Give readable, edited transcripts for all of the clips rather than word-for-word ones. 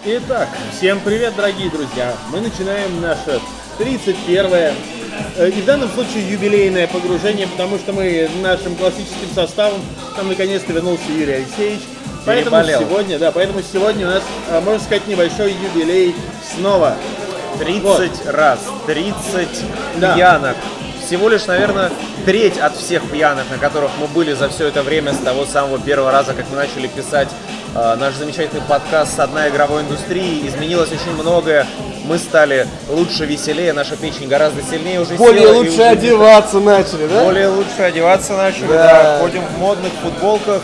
Итак, всем привет, дорогие друзья! Мы начинаем наше 31-е, и в данном случае юбилейное погружение, потому что мы нашим классическим составом, там наконец-то вернулся Юрий Алексеевич. Поэтому сегодня у нас, можно сказать, небольшой юбилей снова. 30 раз, 30 пьянок. Всего лишь, наверное, треть от всех пьянок, на которых мы были за все это время, с того самого первого раза, как мы начали писать наш замечательный подкаст «Со дна игровой индустрии». Изменилось очень многое. Мы стали лучше, веселее, наша печень гораздо сильнее уже более села. Лучше одеваться начали, да? Более лучше одеваться начали, да. Ходим в модных футболках,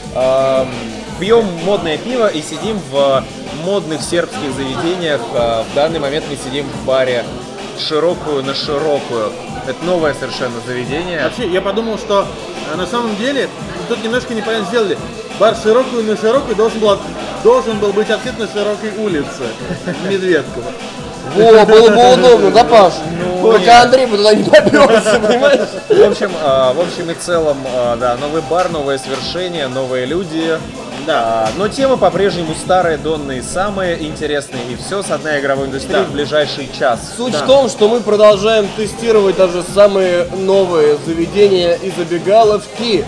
пьем модное пиво и сидим в модных сербских заведениях. В данный момент мы сидим в баре «Широкую на широкую». Это новое совершенно заведение. Вообще, я подумал, что на самом деле тут немножко неправильно сделали. Бар «Широкую на широкую» должен был быть открыт на широкой улице Медведкова. Во, было бы удобно, да, Паш? Только Андрей бы туда не попёрся, понимаешь? В общем и целом, да, новый бар, новое свершение, новые люди. Да. Но темы по-прежнему старые, донные, самые интересные. И все «Со дна игровой индустрии» в ближайший час. Суть в том, что мы продолжаем тестировать даже самые новые заведения и забегаловки.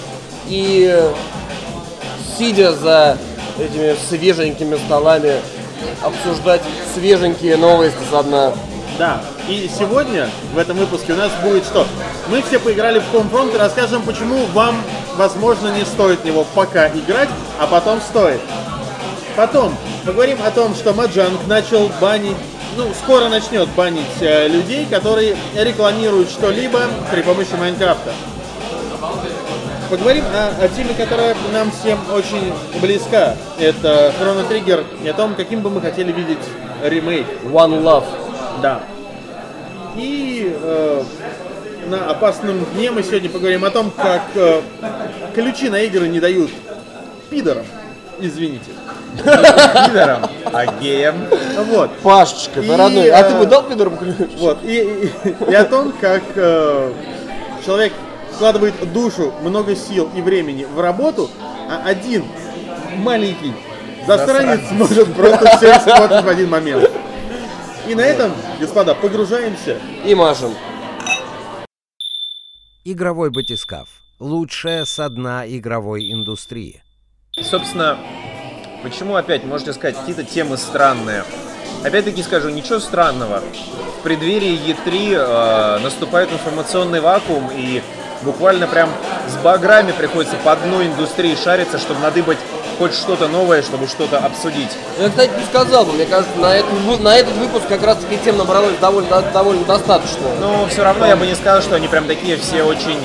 И сидя за этими свеженькими столами, обсуждать свеженькие новости со дна. Да, и сегодня в этом выпуске у нас будет что? Мы все поиграли в Homefront и расскажем, почему вам, возможно, не стоит в него пока играть, а потом стоит. Потом поговорим о том, что Mojang начал банить, скоро начнет банить людей, которые рекламируют что-либо при помощи Майнкрафта. Поговорим о теме, которая нам всем очень близка. Это Chrono Trigger и о том, каким бы мы хотели видеть ремейк. One Love. Да. И на опасном дне мы сегодня поговорим о том, как ключи на игры не дают пидорам. Извините. Не пидорам, а геям. Вот. Пашечка, ты родной. А ты бы дал пидорам ключ? Вот. И о том, как человек вкладывает душу, много сил и времени в работу, а один маленький засранец может просто все испортить в один момент. И на этом, господа, погружаемся и машем. Игровой батискаф. Лучшее со дна игровой индустрии. Собственно, почему опять, можете сказать, какие-то темы странные? Опять-таки скажу, ничего странного. В преддверии E3 наступает информационный вакуум, и буквально прям с баграми приходится по дну индустрии шариться, чтобы надыбать хоть что-то новое, чтобы что-то обсудить. Я, кстати, не сказал бы, мне кажется, на этот выпуск как раз таки тем набралось довольно достаточно. Но все равно я бы не сказал, что они прям такие все очень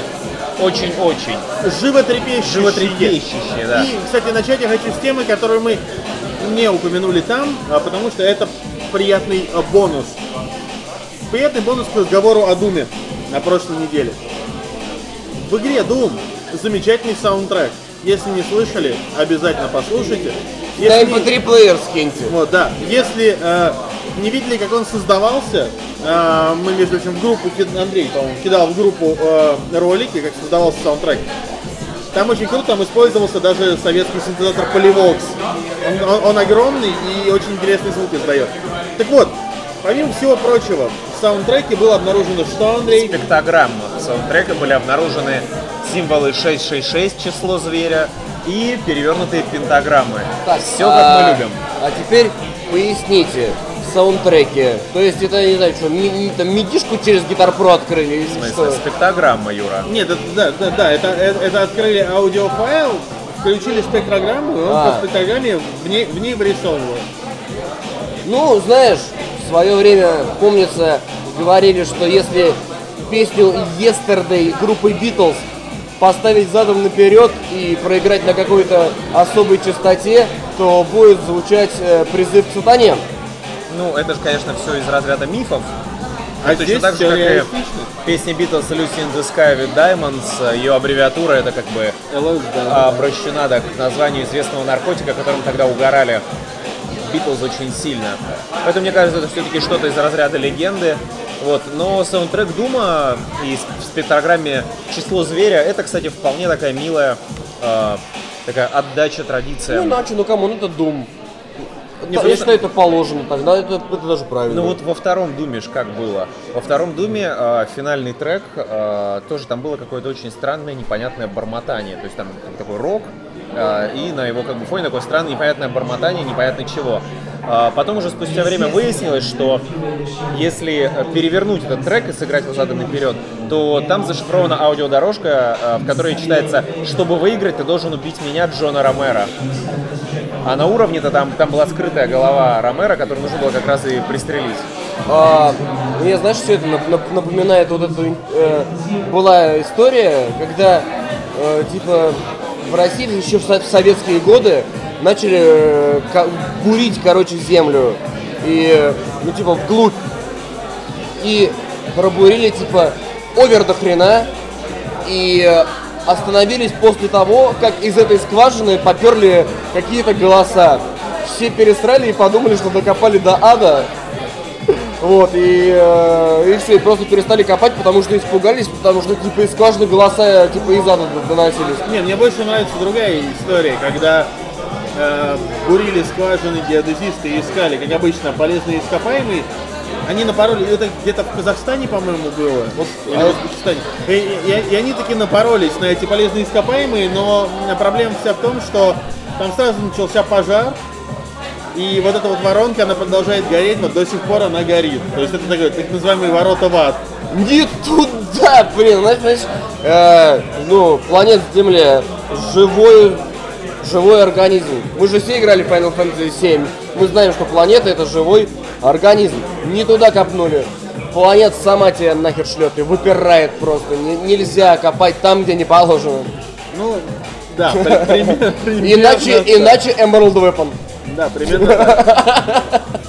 животрепещущие, да. И, кстати, начать я хочу с темы, которую мы не упомянули там, потому что это приятный бонус. Приятный бонус к разговору о Думе на прошлой неделе. В игре Doom замечательный саундтрек. Если не слышали, обязательно послушайте. Да, MP3 плеер скиньте. Вот, да. Если не видели, как он создавался, мы, между прочим, в группу, Андрей, по-моему, кидал в группу ролики, как создавался саундтрек. Там очень круто, там использовался даже советский синтезатор Polyvox. Он огромный и очень интересный звук издает. Так вот, помимо всего прочего, в саундтреке было обнаружено, что, Андрей? Спектрограмма саундтрека, были обнаружены символы 666, число зверя, и перевернутые пентаграммы. Так, все как мы любим. А теперь поясните, в саундтреке, то есть это, не знаю, что, там медишку через Guitar Pro открыли или в смысле, что? Спектрограмма, Юра. Нет, это открыли аудиофайл, включили спектрограмму, и он по спектрограмме в ней вырисовывал. Ну, знаешь, в свое время, помнится, говорили, что если песню Yesterday группы Beatles поставить задом наперед и проиграть на какой-то особой частоте, то будет звучать призыв к сатане. Ну, это же, конечно, все из разряда мифов. А это здесь еще так же, все как реалистично. и песня Beatles Lucy in the Sky with Diamonds, ее аббревиатура, это как бы обращена к названию известного наркотика, которым тогда угорали Beatles очень сильно. Поэтому, мне кажется, это все-таки что-то из разряда легенды. Вот. Но саундтрек Дума и в спектрограмме «Число зверя» это, кстати, вполне такая милая такая отдача традициям. Ну иначе, ну камон, это Doom. Я считаю, это положено, тогда это даже правильно. Ну вот во втором Думе как было. Во втором Думе финальный трек, тоже там было какое-то очень странное, непонятное бормотание. То есть там такой рок, и на его фоне такое странное, непонятное бормотание, непонятно чего. Потом уже спустя время выяснилось, что если перевернуть этот трек и сыграть его задом наперед, то там зашифрована аудиодорожка, в которой читается: «Чтобы выиграть, ты должен убить меня, Джона Ромеро». А на уровне-то там была скрытая голова Ромеро, которую нужно было как раз и пристрелить. Мне, знаешь, все это напоминает вот эту... была история, когда, типа, в России еще в советские годы начали бурить, землю. И, ну, типа, вглубь. И пробурили, типа, овер до хрена. И остановились после того, как из этой скважины поперли какие-то голоса. Все пересрали и подумали, что докопали до ада. Вот, и все, и просто перестали копать, потому что испугались, потому что, типа, из скважины голоса, типа, из ада доносились. Не, мне больше нравится другая история, когда бурили скважины геодезисты и искали, как обычно, полезные ископаемые. Они напороли, это где-то в Казахстане, по-моему, было, или в Узбекистане. И они таки напоролись на эти полезные ископаемые, но проблема вся в том, что там сразу начался пожар, и вот эта вот воронка, она продолжает гореть, вот до сих пор она горит. То есть это такой, так называемый ворота в ад. Не туда, блин, знаешь, ну, планета Земля, живой организм. Мы же все играли в Final Fantasy 7. Мы знаем, что планета — это живой организм. Не туда копнули. Планета сама тебя нахер шлет и выпирает просто. Нельзя копать там, где не положено. Ну, да, примерно. Иначе Emerald Weapon. Да, примерно так.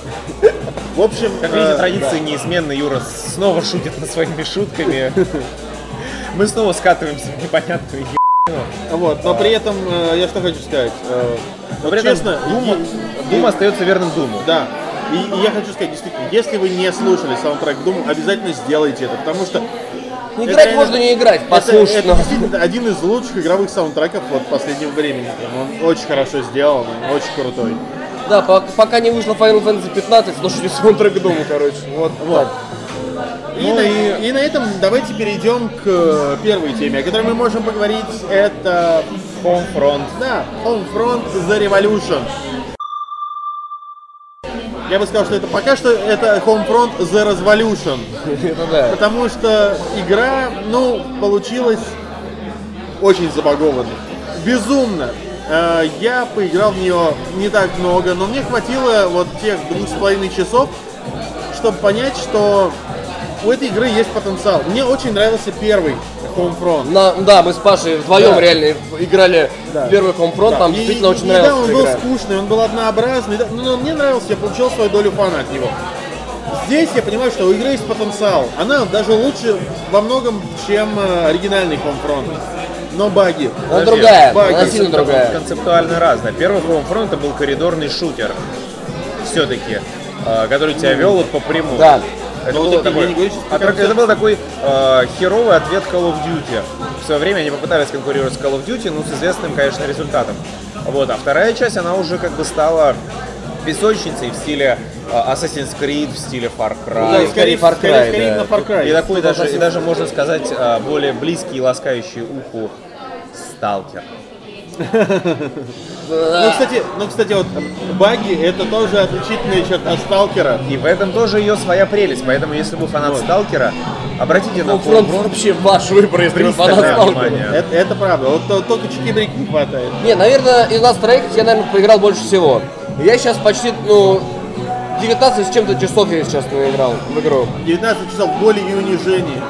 В общем, Как видите, традиции неизменны, Юра снова шутит над своими шутками. Мы снова скатываемся в непонятную ебаную. Вот, но при этом, я что хочу сказать. Но при этом честно, Doom остается верным Думу. Да. И я хочу сказать, действительно, если вы не слушали саундтрек Doom, обязательно сделайте это, потому что... Играть можно не играть, послушать. Это действительно один из лучших игровых саундтреков вот последнего времени. Он очень хорошо сделан, он очень крутой. Да, пока не вышло Final Fantasy 15, слушайте саундтрек Doom, короче. Вот. Так. И на этом давайте перейдем к первой теме, о которой мы можем поговорить. Это Homefront. Да, Homefront The Revolution. Я бы сказал, что это пока что это Homefront The Revolution. Это да. Потому что игра, ну, получилась очень забагованной. Безумно. Я поиграл в нее не так много, но мне хватило вот тех 2,5 часов, чтобы понять, что у этой игры есть потенциал. Мне очень нравился первый Homefront. Да, мы с Пашей вдвоем реально играли в первый Homefront, там действительно очень нравилась да, он игра. был скучный, он был однообразный, да, но мне нравился, я получил свою долю фана от него. Здесь я понимаю, что у игры есть потенциал. Она даже лучше во многом, чем оригинальный Homefront. Но баги. Она другая, баги. она сильно другая. Концептуально разная. Первый Homefront это был коридорный шутер. Все-таки. Который тебя вел вот по прямому. Да. Это был такой херовый ответ Call of Duty. В свое время они попытались конкурировать с Call of Duty, но с известным, конечно, результатом. Вот. А вторая часть, она уже как бы стала песочницей в стиле Assassin's Creed, в стиле Far Cry. Да, скорее Far Cry, скорее на Far Cry. И такой даже можно сказать, более близкий и ласкающий уху Stalker. Ну, кстати, вот баги — это тоже отличительная черта Сталкера. И в этом тоже ее своя прелесть. Поэтому, если вы фанат Сталкера, обратите на Homefront вообще ваш выбор, если вы фанат Сталкера. Это правда. Вот только чики-брики не хватает. Не, наверное, из нас троих я, наверное, поиграл больше всего. Я сейчас почти, 19 с чем-то часов я сейчас наиграл в игру. 19 часов боли и унижения.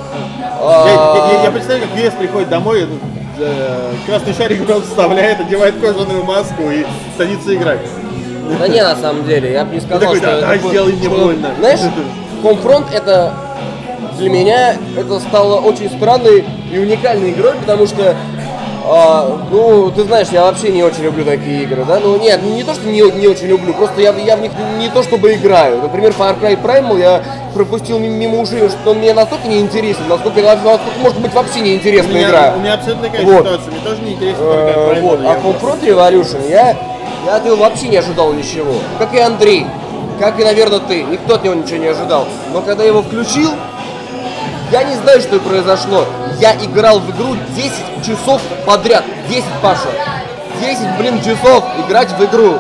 Я представляю, как Вес приходит домой, красный шарик в рот вставляет, одевает кожаную маску и садится играть. Да не, на самом деле, я бы не сказал, такой, что... да, сделай мне больно. Знаешь, Homefront это для меня это стало очень странной и уникальной игрой, потому что Ну, ты знаешь, я вообще не очень люблю такие игры, да? Ну, нет, не то, что не очень люблю, просто я в них не то чтобы играю. Например, Far Cry Primal я пропустил мимо ушей, что он мне настолько неинтересен, насколько может быть вообще неинтересная игра. У меня абсолютно такая ситуация, мне тоже не интересно Far Cry Primal. Вот. А Homefront Revolution я от него вообще не ожидал ничего. Как и Андрей, как и, наверное, ты. Никто от него ничего не ожидал. Но когда я его включил, я не знаю, что произошло. Я играл в игру 10 часов подряд. 10, Паша. 10, часов играть в игру.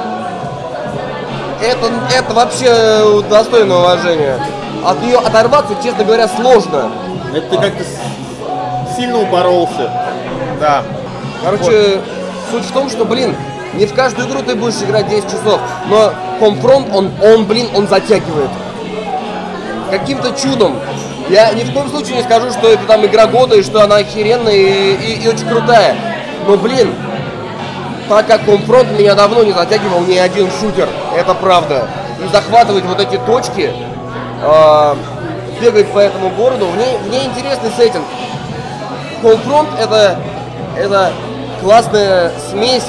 Это вообще достойно уважения. От нее оторваться, честно говоря, сложно. Это ты как-то сильно упоролся. Да. Короче, суть в том, что, не в каждую игру ты будешь играть 10 часов. Но Homefront, он затягивает. Каким-то чудом. Я ни в коем случае не скажу, что это там игра года и что она охеренная и очень крутая. Но, так как Homefront меня давно не затягивал ни один шутер, это правда. И захватывать вот эти точки, бегать по этому городу, в ней интересный сеттинг. Homefront это классная смесь.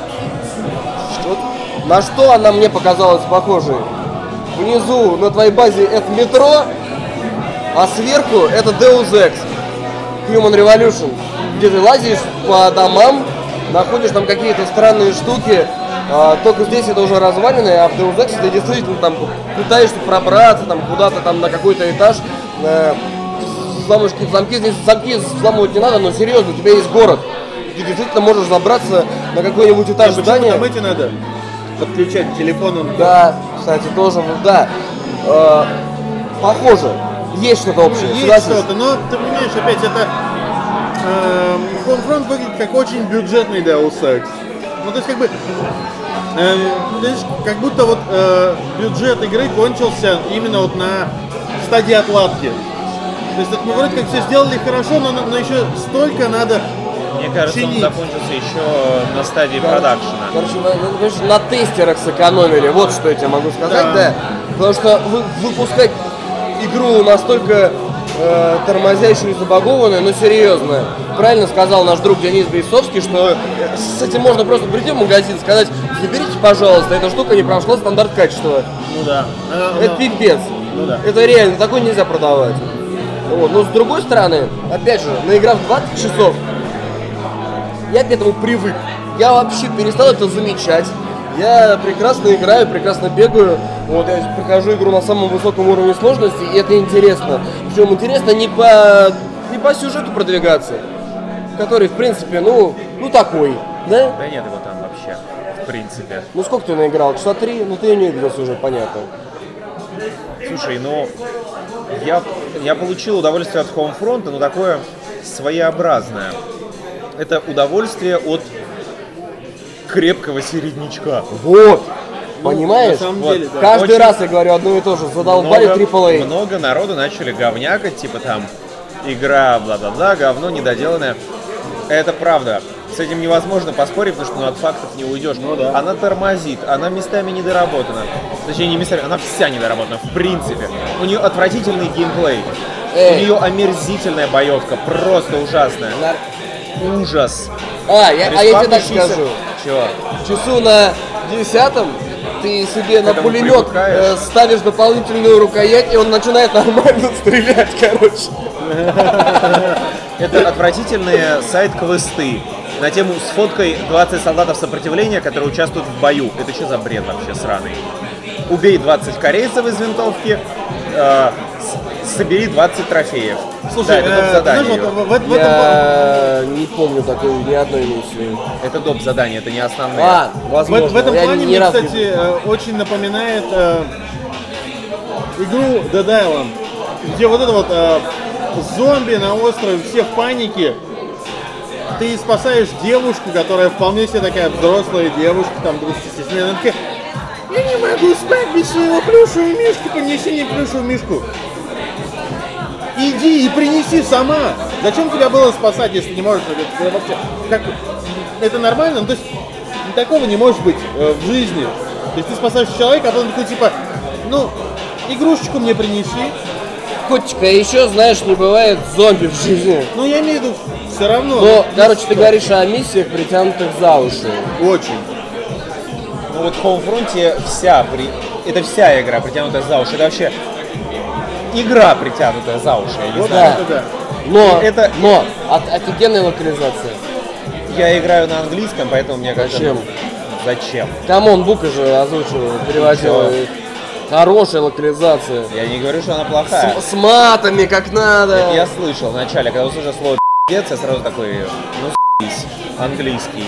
На что она мне показалась похожей? Внизу на твоей базе это метро, а сверху это Deus Ex, Human Revolution, где ты лазишь по домам, находишь там какие-то странные штуки, только здесь это уже развалины, а в Deus Ex ты действительно там пытаешься пробраться там куда-то там на какой-то этаж, взламываешь какие-то замки, здесь замки взламывать не надо, но серьезно, у тебя есть город, ты действительно можешь забраться на какой-нибудь этаж здания. Там эти надо подключать к телефону. Да, кстати, тоже, да, похоже. Есть что-то общее. Есть что-то, но ты понимаешь, опять это Homefront выглядит как очень бюджетный Deus Ex. Ну то есть как будто вот бюджет игры кончился именно вот на стадии отладки. То есть это вроде как все сделали хорошо, но еще столько надо. Мне кажется, чинить. он закончился еще на стадии продакшена. Короче, на тестерах сэкономили, вот что я тебе могу сказать, да. Потому что выпускать игру настолько тормозящую и забагованную, но серьезно. Правильно сказал наш друг Денис Борисовский, что с этим можно просто прийти в магазин и сказать: заберите, пожалуйста, эта штука не прошла стандарт качества. Ну да. Это пипец. Ну да. Это реально, такое нельзя продавать. Вот. Но с другой стороны, опять же, наиграв 20 часов, я к этому привык. Я вообще перестал это замечать. Я прекрасно играю, прекрасно бегаю. Вот я прохожу игру на самом высоком уровне сложности, и это интересно. Причем интересно не по сюжету продвигаться, который, в принципе, ну такой, да? Да нет его там вообще, в принципе. Ну сколько ты наиграл? Часа 3? Ну ты не видел уже, понятно. Слушай, я получил удовольствие от Homefront, но такое своеобразное. Это удовольствие от крепкого середнячка. Вот! Понимаешь? На самом Вот. деле, да. Каждый Очень раз я говорю одно и то же. Задолбали AAA. Много народу начали говнякать, типа там игра, бла-бла-бла, говно недоделанное. Это правда. С этим невозможно поспорить, потому что от фактов не уйдешь. Ну да. Она тормозит, она местами недоработана. Точнее, не местами, она вся недоработана, в принципе. У нее отвратительный геймплей. У нее омерзительная боевка, просто ужасная. Ужас. Я тебе так скажу. Чего? Часу на 10-м ты себе на этому пулемет привыкаешь. ставишь дополнительную рукоять, и он начинает нормально стрелять, короче. Это отвратительные сайт-квесты на тему с фоткой 20 солдатов сопротивления, которые участвуют в бою. Это что за бред вообще сраный? Убей 20 корейцев из винтовки, собери 20 трофеев. Слушай, да, это доп-задание. Я не помню такой ни одной миссии. Это доп-задание, это не основное. Возможно. В этом Я плане ни мне, разу не- кстати, очень напоминает игру Dead Island, где вот это вот зомби на острове, все в панике. Ты спасаешь девушку, которая вполне себе такая взрослая девушка, там 26 лет, она такая: я не могу спать без своего плюшевого мишки, принеси мне плюшевую мишку. Иди и принеси сама. Зачем тебя было спасать, если не можешь? Это вообще, это нормально? Ну, то есть такого не может быть в жизни. То есть ты спасаешь человека, а потом такой типа: ну, игрушечку мне принеси, наркотика, и еще, знаешь, не бывает зомби в жизни. Ну, я имею в виду, все равно. Но, короче, ты говоришь о миссиях, притянутых за уши. Очень. Ну вот в Homefront это вся игра притянутая за уши. Это вообще игра притянутая за уши, я не Вот знаю. это да. Но офигенная локализация. Я играю на английском, поэтому мне кажется... Зачем? Зачем? Камон, Бука же озвучил, переводил. Хорошая локализация. Я не говорю, что она плохая. С матами, как надо. Это я слышал вначале, когда услышал слово «пи***ц», я сразу такой, ну с***ись, английский.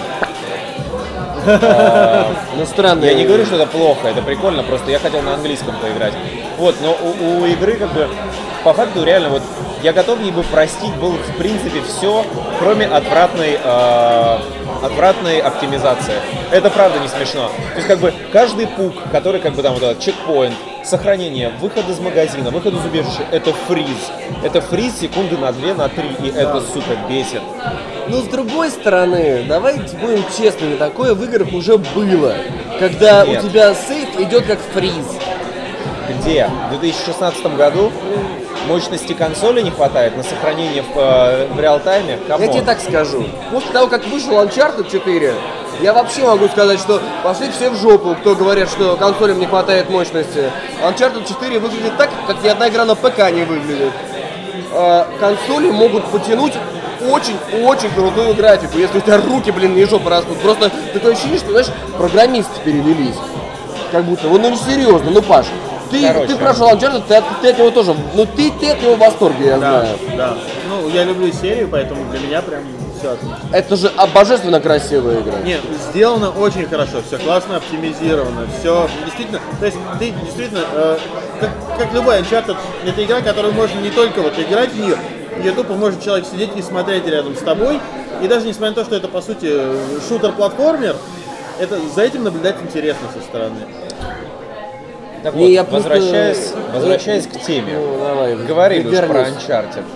Ну, странно. Я не говорю, что это плохо, это прикольно, просто я хотел на английском поиграть. Вот, но у игры как бы, по факту реально, вот, я готов ей бы простить был в принципе все, кроме отвратной оптимизации. Это правда не смешно. То есть как бы каждый пук, который как бы там вот этот чекпоинт, сохранение, выход из магазина, выход из убежища, это фриз. Это фриз секунды на 2, на 3, и это, сука, бесит. Ну, с другой стороны, давайте будем честными, такое в играх уже было. Когда Нет. у тебя сейф идет как фриз. Где? В 2016 году мощности консоли не хватает на сохранение в реал-тайме? Я тебе так скажу. После того, как вышел Uncharted 4, я вообще могу сказать, что пошли все в жопу, кто говорят, что консолям не хватает мощности. Uncharted 4 выглядит так, как ни одна игра на ПК не выглядит. Консоли могут потянуть очень крутую графику, если у тебя руки, не жопа растут. Просто такое ощущение, что, знаешь, программисты перевелись. Как будто, ну не серьезно, ну Паш, ты прошел Uncharted, ты от него тоже, ну ты от него в восторге, я знаю. Да. Ну, я люблю серию, поэтому для меня прям все отлично. Это же божественно красивая игра. Нет, сделано очень хорошо, все классно оптимизировано, все действительно, то есть ты действительно, как любой Uncharted, это игра, которую можно не только вот играть в нее, ее тупо может человек сидеть и смотреть рядом с тобой, и даже несмотря на то, что это по сути шутер-платформер, это за этим наблюдать интересно со стороны. Так вот, возвращаясь к теме, говорили уже про Uncharted.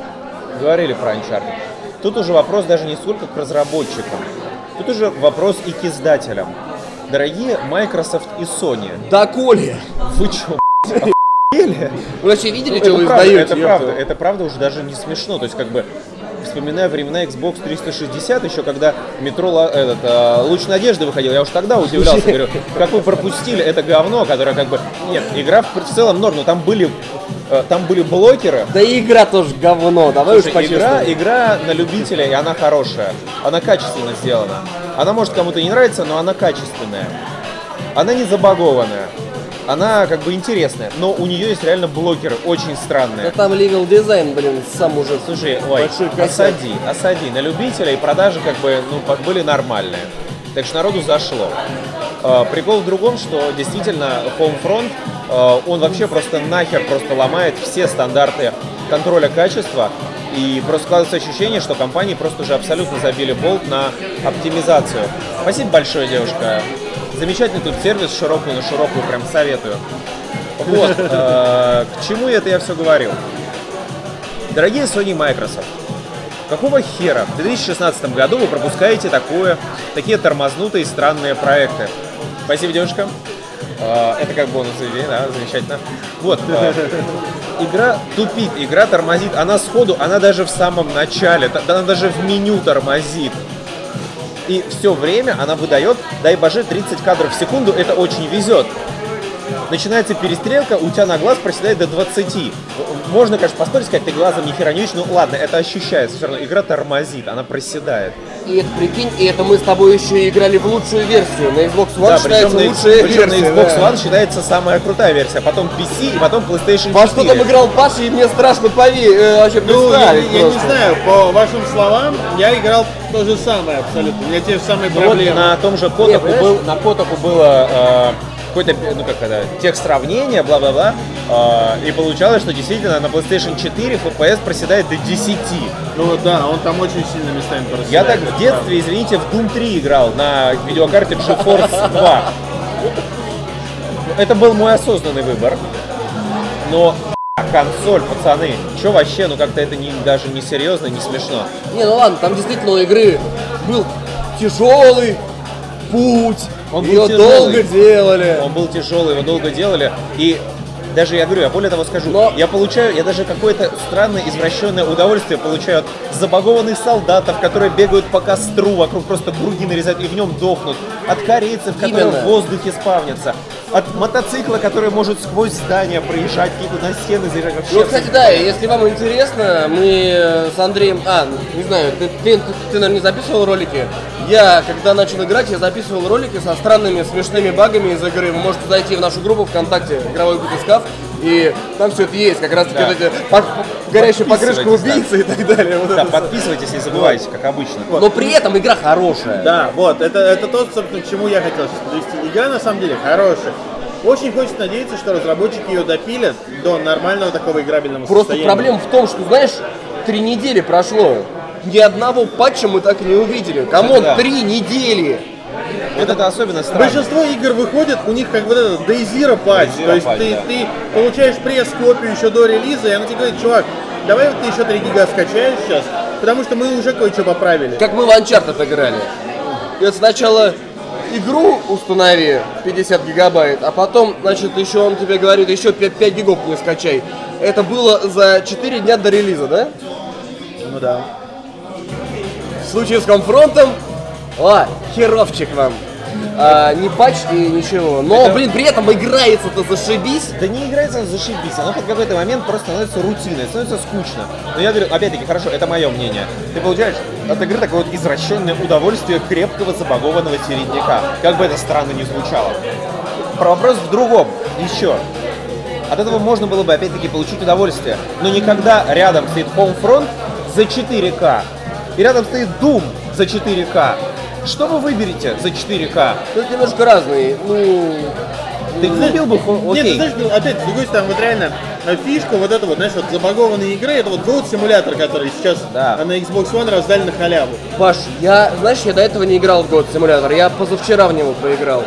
Тут уже вопрос даже не столько к разработчикам, тут уже вопрос и к издателям. Дорогие Microsoft и Sony. Да, Коля! Вы чё, охуели? Вы вообще видели, что вы издаете? Это правда уже даже не смешно. То есть, как бы, вспоминая времена Xbox 360, еще когда метро Луч Надежды выходил, я уж тогда удивлялся, говорю, как вы пропустили это говно, которое как бы... Нет, игра в целом норм, но там были блокеры. Да и игра тоже говно, давай уж по-честному. Игра на любителя, и она хорошая. Она качественно сделана. Она может кому-то не нравиться, но она качественная. Она не забагованная. Она как бы интересная, но у нее есть реально блокеры очень странные. Да там левел дизайн, сам уже. Слушай, большой косяк. осади. На любителя и продажи как бы были нормальные. Так что народу зашло. Прикол в другом, что действительно Homefront, он вообще просто нахер ломает все стандарты контроля качества. И просто складывается ощущение, что компании просто уже абсолютно забили болт на оптимизацию. Спасибо большое, девушка. Замечательный тут сервис, широкую на широкую, прям советую. Вот, к чему это я все говорил. Дорогие Sony и Microsoft, какого хера в 2016 году вы пропускаете такие тормознутые странные проекты? Спасибо, девушка. Это как бонус идеи, да, замечательно. Вот, игра тупит, игра тормозит, она сходу, она даже в самом начале, она даже в меню тормозит. И все время она выдает, дай боже, 30 кадров в секунду, это очень везет. Начинается перестрелка, у тебя на глаз проседает до 20. Можно, конечно, поспорить, сказать, ты глазом ни хера не видишь, но ладно, это ощущается, все равно игра тормозит, она проседает. И это, прикинь, и это мы с тобой еще играли в лучшую версию, на Xbox One да, считается лучшая версия. На Xbox One считается самая крутая версия, потом PC и потом PlayStation 4. Во что там играл Паша, и мне страшно вообще представить. Я не знаю, по вашим словам, я играл то же самое абсолютно, у меня те же самые проблемы. Вот на том же Котаку было какой-то, текст сравнения, бла-бла-бла, и получалось, что действительно на PlayStation 4 FPS проседает до 10. Ну да, он там очень сильно местами проседает. Я так в детстве, извините, в Doom 3 играл на видеокарте GeForce 2. Это был мой осознанный выбор. Но консоль, пацаны, что вообще, как-то это даже не серьезно, не смешно. Не, ну ладно, там действительно у игры был тяжелый путь. Ее долго делали. Он был тяжелый, его долго делали. И Даже я говорю, я более того скажу, я даже какое-то странное извращенное удовольствие получаю от забагованных солдатов, которые бегают по костру, вокруг просто круги нарезают и в нем дохнут, от корейцев, которые в воздухе спавнятся, от мотоцикла, который может сквозь здание проезжать, какие-то на стены заезжать. Вообще. Ну, кстати, да, если вам интересно, мы с Андреем... не знаю, ты наверное, не записывал ролики? Я, когда начал играть, я записывал ролики со странными, смешными багами из игры. Вы можете зайти в нашу группу ВКонтакте, игровой батискаф, и там все это есть, как раз таки вот эти горящая покрышка убийцы и так далее. Да, подписывайтесь, не забывайте, как обычно. Но при этом игра хорошая. Да, вот, это то, собственно, к чему я хотел сейчас подвести. Игра, на самом деле, хорошая. Очень хочется надеяться, что разработчики ее допилят до нормального такого играбельного состояния. Просто проблема в том, что, знаешь, 3 недели прошло. Ни одного патча мы так и не увидели. Камон, 3 недели! Вот это особенно странно. Большинство игр выходит, у них как вот этот Day Zero патч. То есть ты получаешь пресс-копию еще до релиза, и она тебе говорит, чувак, давай вот ты еще 3 гига скачаешь сейчас, потому что мы уже кое-что поправили. Как мы в Uncharted играли. И сначала игру установи 50 гигабайт, а потом, значит, еще он тебе говорит, еще 5 гигов не скачай. Это было за 4 дня до релиза, да? Ну да. В случае с Конфронтом, херовчик вам. Не патч и ничего. Но, при этом играется-то зашибись. Да не играется зашибись, оно под какой-то момент просто становится рутиной, становится скучно. Но я говорю, опять-таки, хорошо, это мое мнение. Ты получаешь от игры такое вот извращенное удовольствие крепкого забагованного середняка. Как бы это странно ни звучало. Вопрос в другом, еще. От этого можно было бы, опять-таки, получить удовольствие. Но никогда рядом стоит Homefront за 4К. И рядом стоит Doom за 4К. Что вы выберете за 4К? Тут немножко разные. Ты купил бы Нет, ты знаешь, опять, с другой стороны, вот реально фишка вот эта вот, знаешь, вот забагованные игры, это вот Goat Simulator, который сейчас на Xbox One раздали на халяву. Паш, я до этого не играл в Goat Simulator, я позавчера в него поиграл.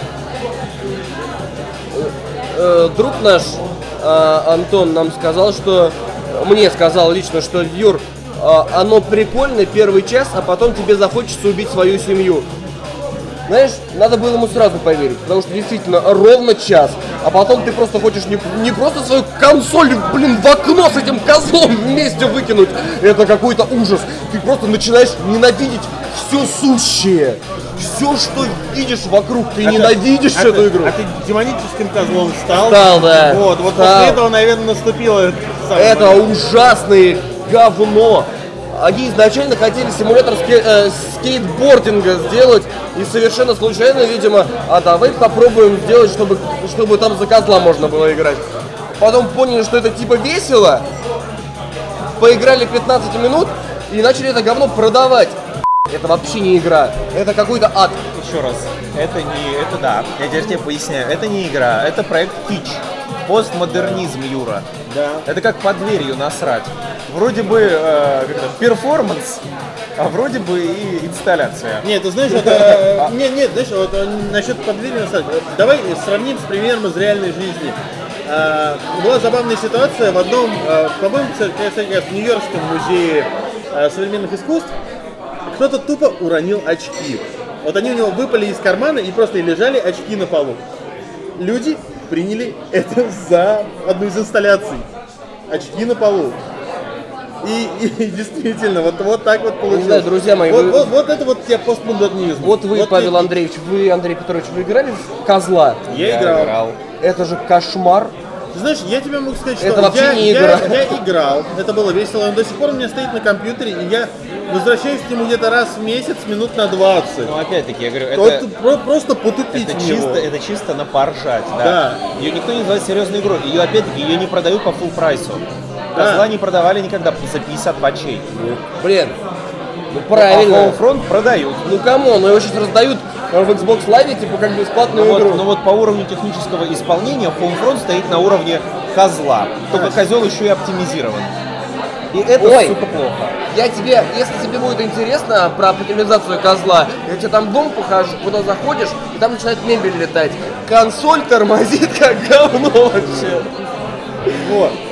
Друг наш, Антон, нам сказал, мне сказал лично, что Юр, оно прикольно первый час, а потом тебе захочется убить свою семью. Знаешь, надо было ему сразу поверить, потому что действительно ровно час, а потом ты просто хочешь не просто свою консоль, в окно с этим козлом вместе выкинуть. Это какой-то ужас. Ты просто начинаешь ненавидеть все сущее. Все, что видишь вокруг, ты ненавидишь эту игру. А ты демоническим козлом стал? Стал, да. Вот после этого, наверное, наступило... Это ужасное говно. Они изначально хотели симулятор скейтбординга сделать, и совершенно случайно, видимо, давай попробуем сделать, чтобы там за козла можно было играть. Потом поняли, что это типа весело, поиграли 15 минут и начали это говно продавать. Это вообще не игра, это какой-то ад. Еще раз, я тебе поясняю, это не игра, это проект Кич. Постмодернизм, Юра. Да. Это как под дверью насрать. Вроде бы перформанс, а вроде бы и инсталляция. Нет, ты знаешь, знаешь, вот насчет под дверью насрать. Давай сравним с примером из реальной жизни. Была забавная ситуация в одном, по-моему, в Нью-Йоркском музее современных искусств. Кто-то тупо уронил очки. Вот они у него выпали из кармана и просто лежали очки на полу. Люди приняли это за одну из инсталляций. Очки на полу. И действительно, вот так вот получилось. Не знаю, друзья мои, вот это вот тебе постмодернизм. Вот вы, Павел Андреевич, Андрей Петрович, вы играли в Козла? Я играл. Это же кошмар. Ты знаешь, я тебе могу сказать, что это вообще не игра. Я играл, это было весело, он до сих пор у меня стоит на компьютере, и я возвращаюсь к нему где-то раз в месяц, минут на 20. Ну, опять-таки, я говорю, это просто потупить в него. Это чисто на поржать, да. Ее никто не называет серьезной игрой, ее, опять-таки, ее не продают по фулл прайсу. Козла не продавали никогда за 50 бачей. Блин, правильно. А Homefront продают. Камон, его сейчас раздают в Xbox Live, типа, как бесплатную игру. Но вот по уровню технического исполнения Homefront стоит на уровне Козла. Только козел еще и оптимизирован. И это сука плохо. Если тебе будет интересно про оптимизацию Козла, я тебе там дом покажу, куда заходишь, и там начинает мебель летать. Консоль тормозит как говно вообще. Вот.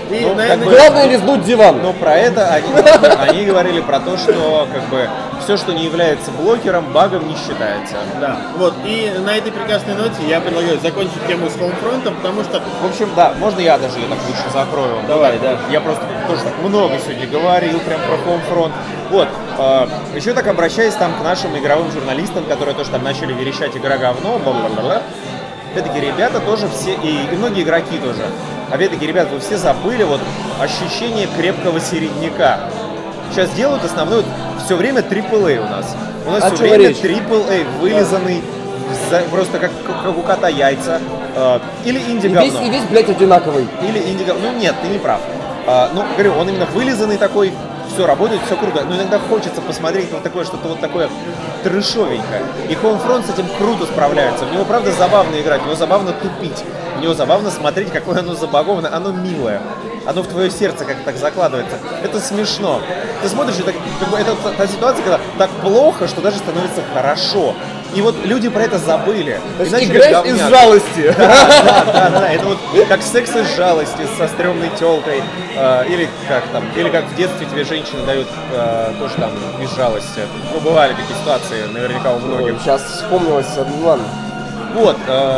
И, Ну, наверное, Главное лизнуть диван. Но про это они говорили про то, что как бы все, что не является блокером, багом не считается. да. Вот. И на этой прекрасной ноте я предлагаю закончить тему с Homefront, потому что В общем, да, можно я даже ее так лучше закрою? Давай, Ну, да. Я просто тоже так много сегодня говорил прям про Homefront. Вот, еще так обращаясь там к нашим игровым журналистам, которые тоже там начали верещать «игра говно», бла-бла-бла. Опять-таки, ребята тоже все, и многие игроки тоже. Опять-таки, ребята, вы все забыли вот ощущение крепкого середняка. Сейчас делают основной, все время AAA у нас. У нас О все чем время речь? AAA, вылизанный, просто как у кота яйца. Или И инди-говно. весь, блядь, одинаковый. Или инди-говно. Ну нет, ты не прав. Ну, говорю, он именно вылизанный такой, все работает, все круто. Но иногда хочется посмотреть на такое, что-то вот такое трэшовенькое. И Homefront с этим круто справляется. В него, правда, забавно играть, в него забавно тупить. В него забавно смотреть, какое оно забагованное, оно милое. Оно в твое сердце как-то так закладывается. Это смешно. Ты смотришь, и так, как бы, это та ситуация, когда так плохо, что даже становится хорошо. И вот люди про это забыли. То есть И начали играть из говняться. жалости. Да, это вот как секс из жалости со стрёмной тёлкой, или как в детстве тебе женщины дают тоже там из жалости. Ну, бывали такие ситуации, наверняка у многих. Сейчас вспомнилось, ну ладно. Вот,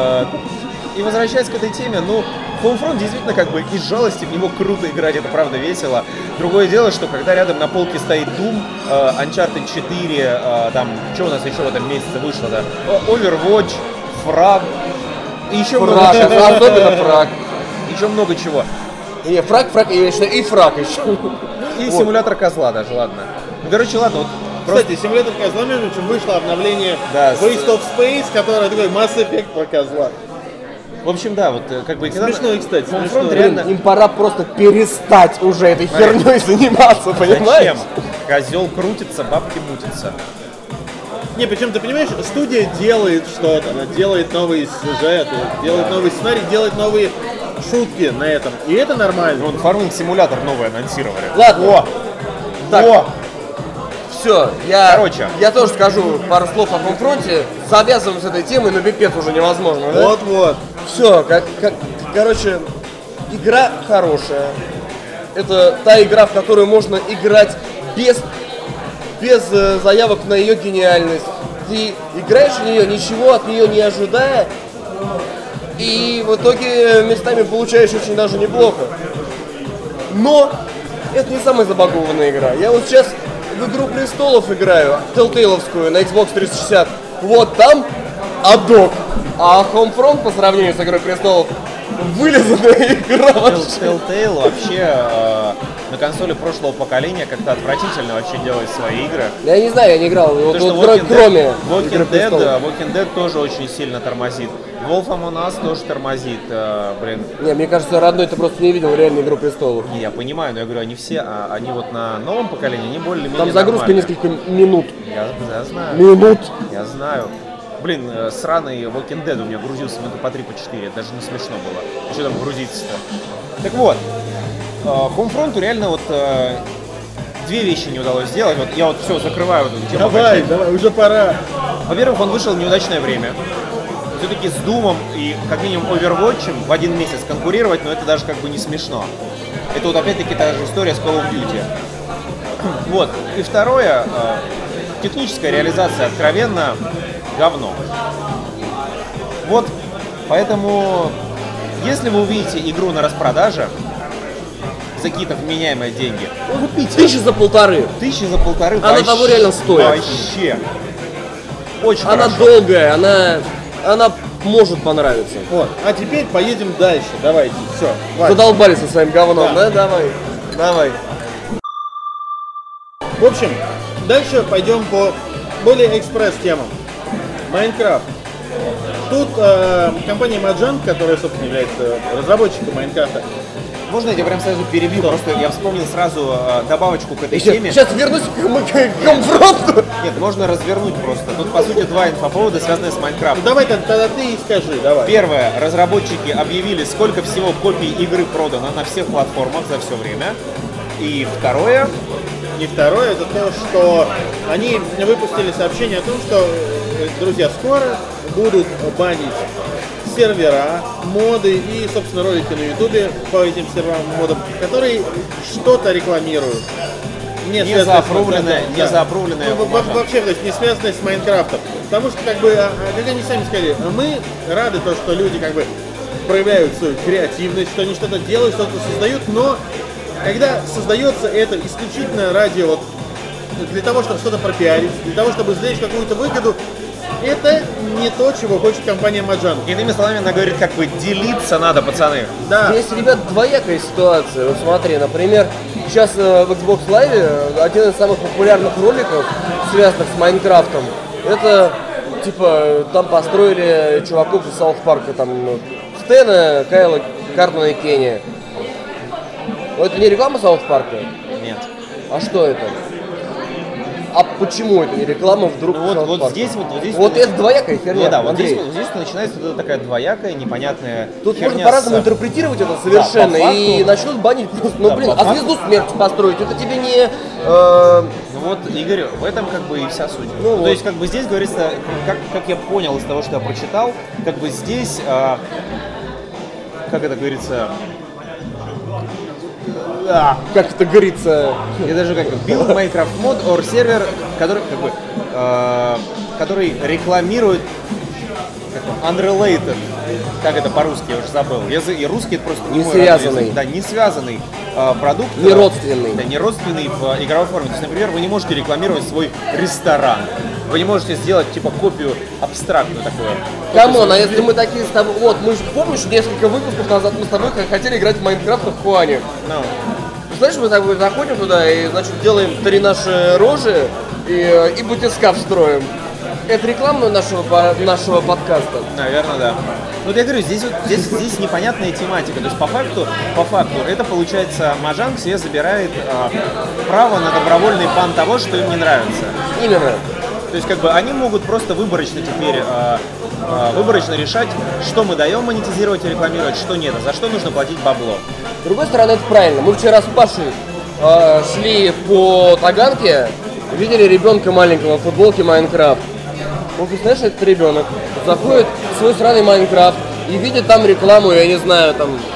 и возвращаясь к этой теме, ну, Homefront действительно как бы из жалости в него круто играть, это правда весело. Другое дело, что когда рядом на полке стоит Doom, Uncharted 4, там, что у нас еще в этом месяце вышло, да, Overwatch, Frag, и еще много Фраг, чего. особенно фраг. Еще много чего. И фраг, и считаю, и фраг еще. И Вот. симулятор козла даже, ладно. Ну, короче, ладно, вот просто... Кстати, симулятор козла, между прочим, вышло обновление Да, Waste of Space, которое такой Mass Effect про козла. В общем, да, вот как бы... когда- Смешно, кстати, Homefront смешно. Блин, реально... им пора просто перестать уже этой херней заниматься, понимаешь? Зачем? Козел крутится, бабки мутятся. Не, причем ты понимаешь, студия делает что-то, она делает новые сюжеты, делает новый сценарий, делает новые шутки на этом. И это нормально. Вон фарминг-симулятор новый анонсировали. Ладно. О! Так. О! Все, Короче. я тоже скажу пару слов о Homefront. Завязываем с этой темой, но пипец уже невозможно, да? Вот-вот. Все, короче, игра хорошая. Это та игра, в которую можно играть без заявок на ее гениальность. Ты играешь в нее, ничего от нее не ожидая, и в итоге местами получаешь очень даже неплохо. Но это не самая забагованная игра. Я вот сейчас в Игру Престолов играю, Telltale'овскую на Xbox 360. Вот там адок. А Homefront по сравнению с Игрой Престолов вылизанная игра вообще. Telltale вообще на консоли прошлого поколения как-то отвратительно вообще делает свои игры. Я не знаю, я не играл, вот, Потому вот что кроме Walking Игры Престолов. Walking Dead тоже очень сильно тормозит. Wolf Among Us тоже тормозит, блин. Не, мне кажется, родной ты просто не видел реально Игру Престолов. Не, я понимаю, но я говорю, они все, они вот на новом поколении, они более-менее Там загрузка нормальные. несколько минут. Я знаю. Минут. Я знаю. Блин, сраный Walking Dead у меня грузился минуты по 3, по 4, это даже не смешно было. А что там грузиться-то? Так вот, Homefront реально вот две вещи не удалось сделать. Вот я вот все закрываю эту тему. Давай, уже пора. Во-первых, он вышел в неудачное время. Все-таки с Думом и как минимум Overwatch'ем в один месяц конкурировать, но это даже как бы не смешно. Это вот опять-таки та же история с Call of Duty. Вот. И второе, техническая реализация откровенно говно. Вот, поэтому, если вы увидите игру на распродаже за какие-то вменяемые деньги, купите. 1500. 1000 за полторы. Она вообще, того реально стоит. Вообще. Очень Она хорошо. долгая, она может понравиться. Вот. А теперь поедем дальше. Давайте, все. Задолбались со своим говном, Да. да? Давай. В общем, дальше пойдем по более экспресс-темам. Майнкрафт. Тут компания Mojang, которая, собственно, является разработчиком Майнкрафта. Можно я тебя прям сразу перебью? Просто я вспомнил сразу добавочку к этой теме. Сейчас вернусь к конфронту. Нет, можно развернуть просто. Тут, по сути, два инфоповода, связанные с Ну Майнкрафтом. давай тогда ты и скажи, давай. Первое. Разработчики объявили, сколько всего копий игры продано на всех платформах за все время. И второе. И второе, это то, что они выпустили сообщение о том, что, друзья, скоро будут банить сервера, моды и, собственно, ролики на ютубе по этим серверам, модам, которые что-то рекламируют. Не заапрувленное вообще, то есть не связанное с Майнкрафтом. Потому что, как они сами сказали, мы рады то, что люди проявляют свою креативность, что они что-то делают, что-то создают, но когда создается это исключительно ради для того, чтобы что-то пропиарить, для того, чтобы извлечь какую-то выгоду, это не то, чего хочет компания Mojang. Иными словами, она говорит, делиться надо, пацаны. Да. Есть, ребят, двоякая ситуация. Вот смотри, например, сейчас в Xbox Live один из самых популярных роликов, связанных с Майнкрафтом, это, там построили чуваков из Саут Парка, Стэна, Кайла, Картмана и Кенни. Но это не реклама Саут Парка? Нет. А что это? А почему это не реклама вдруг? Здесь. Вот это двоякая херня. Здесь начинается такая двоякая, непонятная Тут херня. Можно по-разному интерпретировать это совершенно, факту, и начнут банить просто. А звезду смерти построить, это тебе не... Игорь, в этом и вся суть. То есть здесь говорится, как я понял из того, что я прочитал, здесь, как это говорится... Как это говорится? Я даже build Minecraft mod or сервер, который рекламирует unrelated. Как это по-русски, я уже забыл. И русский это просто не связанный. Да, не связанный продукт. Не родственный. Да, не родственный в игровой форме. То есть, например, вы не можете рекламировать свой ресторан. Вы не можете сделать копию абстрактную такую. Камон, а если мы такие с тобой... Вот, мы же, помнишь, несколько выпусков назад мы с тобой хотели играть в Майнкрафт в Хуане. Знаешь, мы так заходим туда и, делаем 3 наши рожи и батискаф строим. Это реклама нашего подкаста? Наверное, да. Я говорю, здесь непонятная тематика. То есть по факту это получается Mojang себе забирает право на добровольный бан того, что им не нравится. Именно. То есть они могут просто выборочно теперь решать, что мы даем монетизировать и рекламировать, что нет, а за что нужно платить бабло. С другой стороны, это правильно. Мы вчера с Пашей шли по Таганке, видели ребенка маленького в футболке Майнкрафт. Он, представляешь, этот ребенок заходит в свой сраный Майнкрафт и видит там рекламу, я не знаю,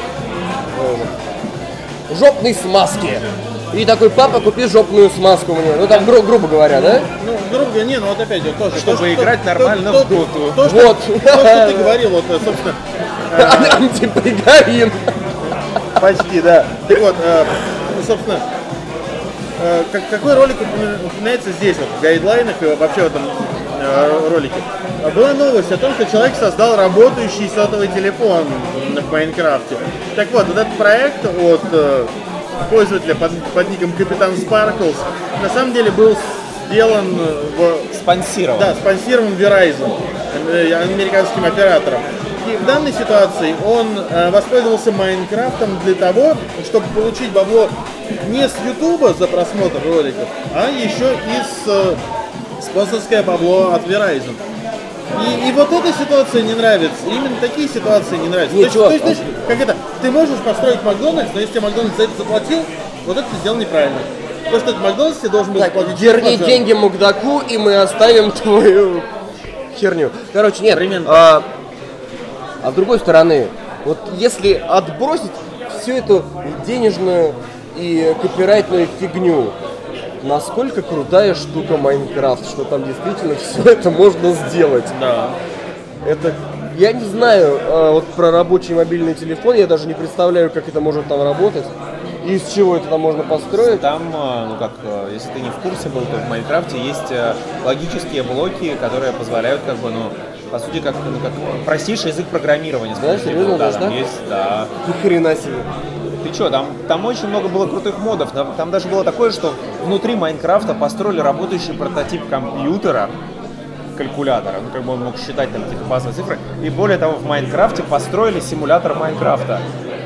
жопной смазки. И такой: папа, купи жопную смазку мне. Грубо говоря, да? Грубо говоря, опять тоже. Чтобы играть нормально в доту. То, что ты говорил, собственно... Антипригарин. Почти, да. Так вот, собственно, какой ролик упоминается здесь, в гайдлайнах и вообще в этом ролике? Была новость о том, что человек создал работающий сотовый телефон в Майнкрафте. Так вот, этот проект от пользователя под ником Капитан Спарклс на самом деле был сделан спонсирован. Да, спонсирован Verizon, американским оператором. И в данной ситуации он воспользовался Майнкрафтом для того, чтобы получить бабло не с Ютуба за просмотр роликов, а еще и с спонсорское бабло от Verizon. И вот эта ситуация не нравится. Именно такие ситуации не нравятся. То есть, знаешь, ты можешь построить Макдональдс, но если Макдональдс за это заплатил, вот это ты сделал неправильно. То, что это Макдональдс, тебе должен был заплатить. Верни деньги Макдаку, и мы оставим твою херню. Короче, нет. А с другой стороны, вот если отбросить всю эту денежную и копирайтную фигню, насколько крутая штука Майнкрафт, что там действительно все это можно сделать. Да. Это, я не знаю, вот про рабочий мобильный телефон, я даже не представляю, как это может там работать. И из чего это там можно построить? Там, если ты не в курсе был, то в Майнкрафте есть логические блоки, которые позволяют, по сути, как простейший язык программирования. Да, серьезно, да, даже, там да? есть, да. Ни хрена себе. Ты что, там очень много было крутых модов. Там даже было такое, что внутри Майнкрафта построили работающий прототип компьютера, калькулятора. Он мог считать базовые цифры. И более того, в Майнкрафте построили симулятор Майнкрафта.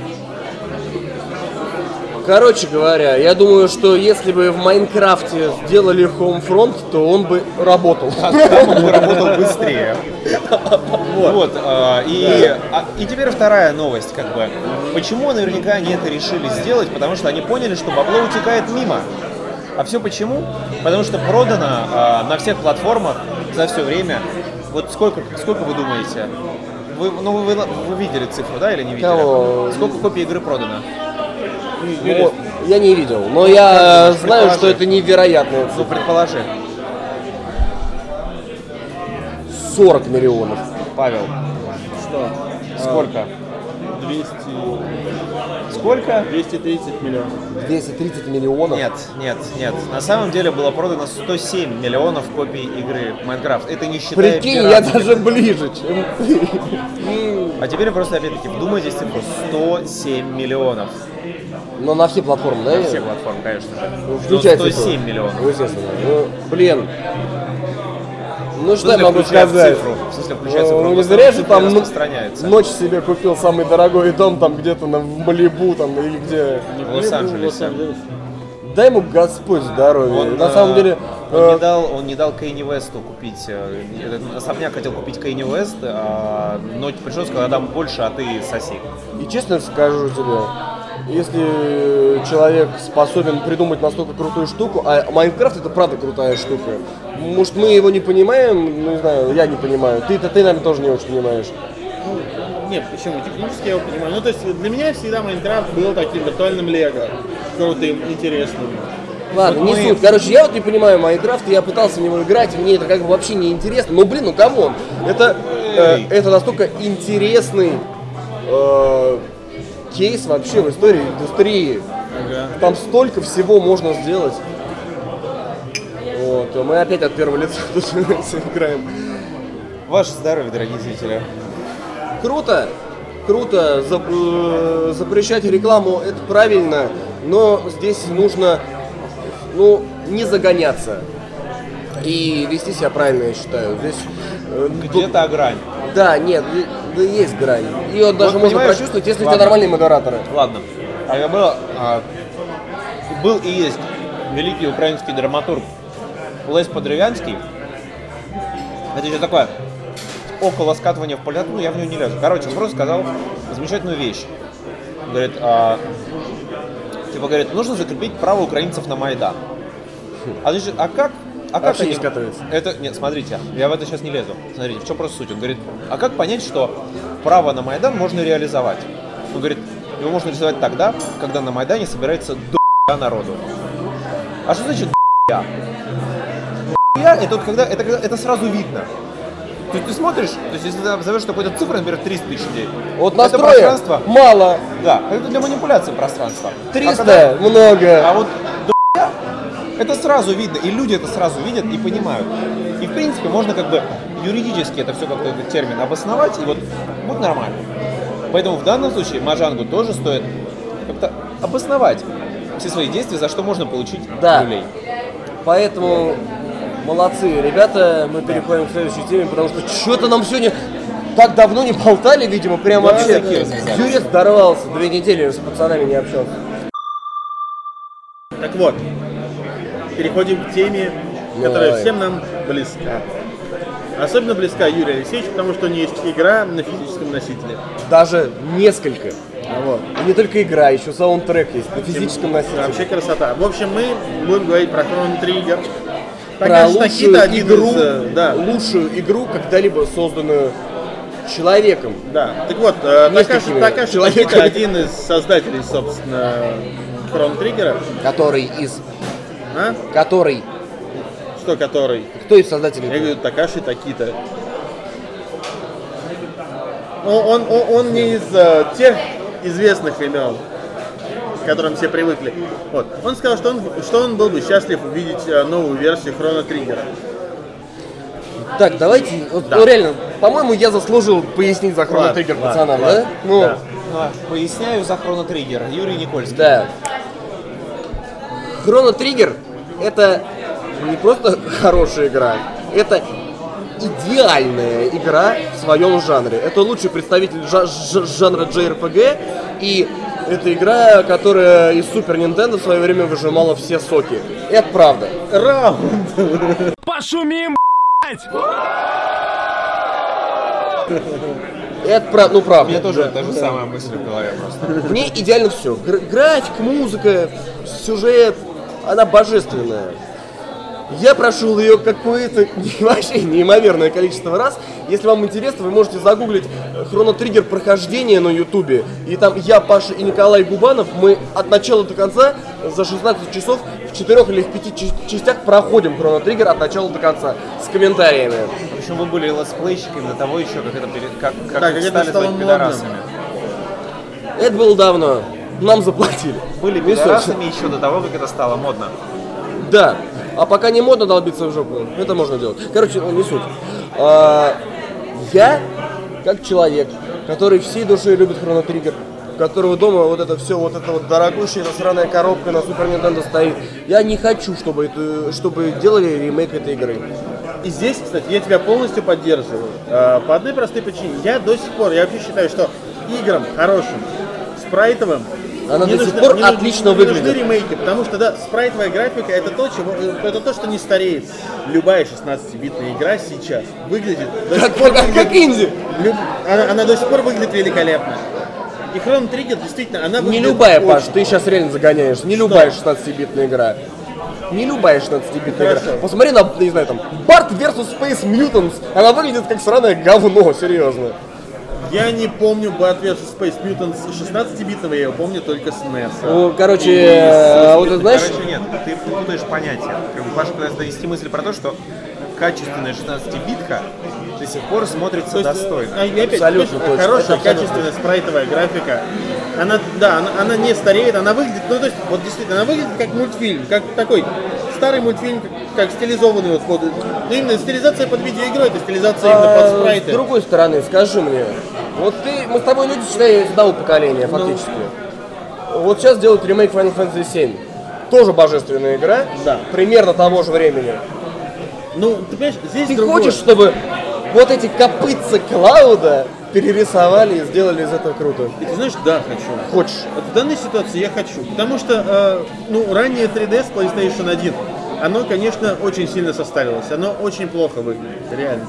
Короче говоря, я думаю, что если бы в Майнкрафте сделали Homefront, то он бы работал. Там он бы работал быстрее. Вот. И теперь вторая новость. Почему наверняка они это решили сделать? Потому что они поняли, что бабло утекает мимо. А все почему? Потому что продано на всех платформах за все время. Вот сколько вы думаете? Вы видели цифру, да, или не видели? Кого? Сколько копий игры продано? Ну, я не видел, но я знаю, что это невероятная Ну, цифра. предположи. 40 миллионов. Павел, Что? сколько? 200... Сколько? 230 миллионов. 230 миллионов? Нет. На самом деле было продано 107 миллионов копий игры Майнкрафт. Это не считая Прикинь, я пиратских. даже ближе, чем ты. А теперь просто опять-таки вдумайтесь в цифру. 107 миллионов. Но на все платформы, да? На все платформы, конечно же. Но Включай 107 цифру. миллионов. Ну, естественно. Ну, блин. Ну В что я смысле, могу включая сказать? цифру? В смысле, включая цифру? Ну В не основном зря же цифра там распространяется. ночь себе купил самый дорогой дом там где-то в Малибу там или где. В Лос-Анджелесе. Дай ему Господь здоровья. Он, На самом деле. он не дал Кейни Уэсту купить. Этот особняк хотел купить Кейни Уэст, но пришел, сказал, я дам больше, а ты соси. И честно скажу тебе, если человек способен придумать настолько крутую штуку, а Майнкрафт это правда крутая штука. Может мы его не понимаем, ну не знаю, я не понимаю. Ты, наверное, тоже не очень понимаешь. Нет, почему? Технически я его понимаю. Ну, то есть для меня всегда Майнкрафт был таким виртуальным лего. Крутым, интересным. Ладно, не суть. Короче, я вот не понимаю Майнкрафт, я пытался в него играть, мне это как бы вообще не интересно. Ну блин, ну камон. Это настолько интересный кейс вообще в истории индустрии. Там столько всего можно сделать. Вот, а мы опять от первого лица тут играем. Ваше здоровье, дорогие зрители. Круто, запрещать рекламу это правильно, но здесь нужно, не загоняться и вести себя правильно, я считаю. Здесь Где-то грань. да, нет, да есть грань. Ее даже Вот, можно понимаешь, прочувствовать, если у тебя ладно. нормальные модераторы. Ладно. Был и есть великий украинский драматург Лесь Подрывянский. Это еще такое около скатывания в политику, я в нее не лезу. Короче, он просто сказал замечательную вещь. Говорит, нужно закрепить право украинцев на Майдан. Как Вообще они... не скатывается. Нет, смотрите, я в это сейчас не лезу. Смотрите, в чем просто суть. Он говорит, а как понять, что право на Майдан можно реализовать? Он говорит, его можно реализовать тогда, когда на Майдане собирается до народу. А что значит до? Это вот когда это сразу видно. То есть ты смотришь, то есть если ты обзовешь какую-то цифру, например, 300 тысяч людей, Вот это настроя пространство, мало, да, это для манипуляции пространства. 300 много. А вот до это сразу видно, и люди это сразу видят и понимают. И в принципе можно как бы юридически это все как-то этот термин обосновать, и вот будет нормально. Поэтому в данном случае Можангу тоже стоит как-то обосновать все свои действия, за что можно получить люлей. Поэтому молодцы, ребята, мы переходим к следующей теме, потому что что-то нам сегодня так давно не болтали, видимо, прям вообще. Юрец дорвался, 2 недели с пацанами не общался. Так вот, переходим к теме, которая всем нам близка. Особенно близка Юрию Алексеевичу, потому что у него есть игра на физическом носителе. Даже несколько. Вот. И не только игра, еще саундтрек есть на физическом носителе. Вообще красота. В общем, мы будем говорить про Chrono Trigger. Про лучшую игру, да. лучшую игру, когда-либо созданную человеком. Да. Так вот, Такаши Такита один из создателей, собственно, Chrono Trigger. Который из... А? Который... Что который? Кто из создателей? Я говорю, Такаши Такита. Он не из тех известных имен, к которым все привыкли. Вот. Он сказал, что он был бы счастлив увидеть новую версию Chrono Trigger. Так, давайте, ну реально, по-моему, я заслужил пояснить за Chrono Trigger пацанам, да? Ну, да. Поясняю за Chrono Trigger. Юрий Никольский. Да. Chrono Trigger это не просто хорошая игра, это идеальная игра в своем жанре. Это лучший представитель жанра JRPG, и это игра, которая из Super Nintendo в свое время выжимала все соки. Это правда. Раунд! Пошумим, блядь! Это правда, ну правда. У меня тоже та же самая мысль в голове просто. В ней идеально все. Графика, музыка, сюжет, она божественная. Я прошел ее какое-то вообще неимоверное количество раз. Если вам интересно, вы можете загуглить Chrono Trigger прохождение на ютубе. И там я, Паша и Николай Губанов, мы от начала до конца за 16 часов в 4 или в 5 частях проходим Chrono Trigger от начала до конца с комментариями. В общем, вы были летсплейщиками до того еще, как это как это стали стало быть модным. пидорасами. Это было давно. Нам заплатили. Были Не суть. пидорасами еще до того, как это стало модно. Да. А пока не модно долбиться в жопу, это можно делать. Короче, не суть. Я, как человек, который всей душой любит Chrono Trigger, у которого дома вот это все, вот эта вот дорогущая, эта сраная коробка на Super Nintendo стоит, я не хочу, чтобы делали ремейк этой игры. И здесь, кстати, я тебя полностью поддерживаю. По одной простой причине. Я вообще считаю, что играм хорошим, спрайтовым, Она до сих пор отлично выглядит. Не нужны ремейки, потому что, да, спрайтовая графика это то, что не стареет. Любая 16-битная игра сейчас выглядит... Как инди. Она до сих пор выглядит великолепно. И Chrono Trigger действительно, она выглядит... Не любая, очень. Паш, ты сейчас реально загоняешься. Не любая 16-битная игра. Не любая 16-битная игра. Посмотри на, не знаю, там, Bart vs Space Mutants. Она выглядит как сраное говно, серьезно. Я не помню Bart vs Space Mutants 16-битного, я его помню только с NES. Ну, короче, вот знаешь... Короче, нет, ты путаешь понятия. Как бы Паша пытается довести мысль про то, что качественная 16-битка до сих пор смотрится достойно. Абсолютно точно. Хорошая, Это абсолютно качественная спрайтовая графика. Она не стареет, она выглядит, ну то есть, вот действительно, она выглядит как мультфильм, как такой старый мультфильм, как стилизованный вот под... Ну именно стилизация под видеоигру, это стилизация именно под спрайты. С другой стороны, скажи мне, вот мы с тобой люди, считай, из одного поколения, фактически. Вот сейчас делают ремейк Final Fantasy VII. Тоже божественная игра, Да. примерно того же времени. Ну, ты понимаешь, здесь Ты другое. хочешь, чтобы вот эти копытца Клауда перерисовали и сделали из этого круто? И ты знаешь, да, хочу. Хочешь? Вот в данной ситуации я хочу, потому что, раннее 3D с PlayStation 1, оно, конечно, очень сильно состарилось, оно очень плохо выглядит, реально.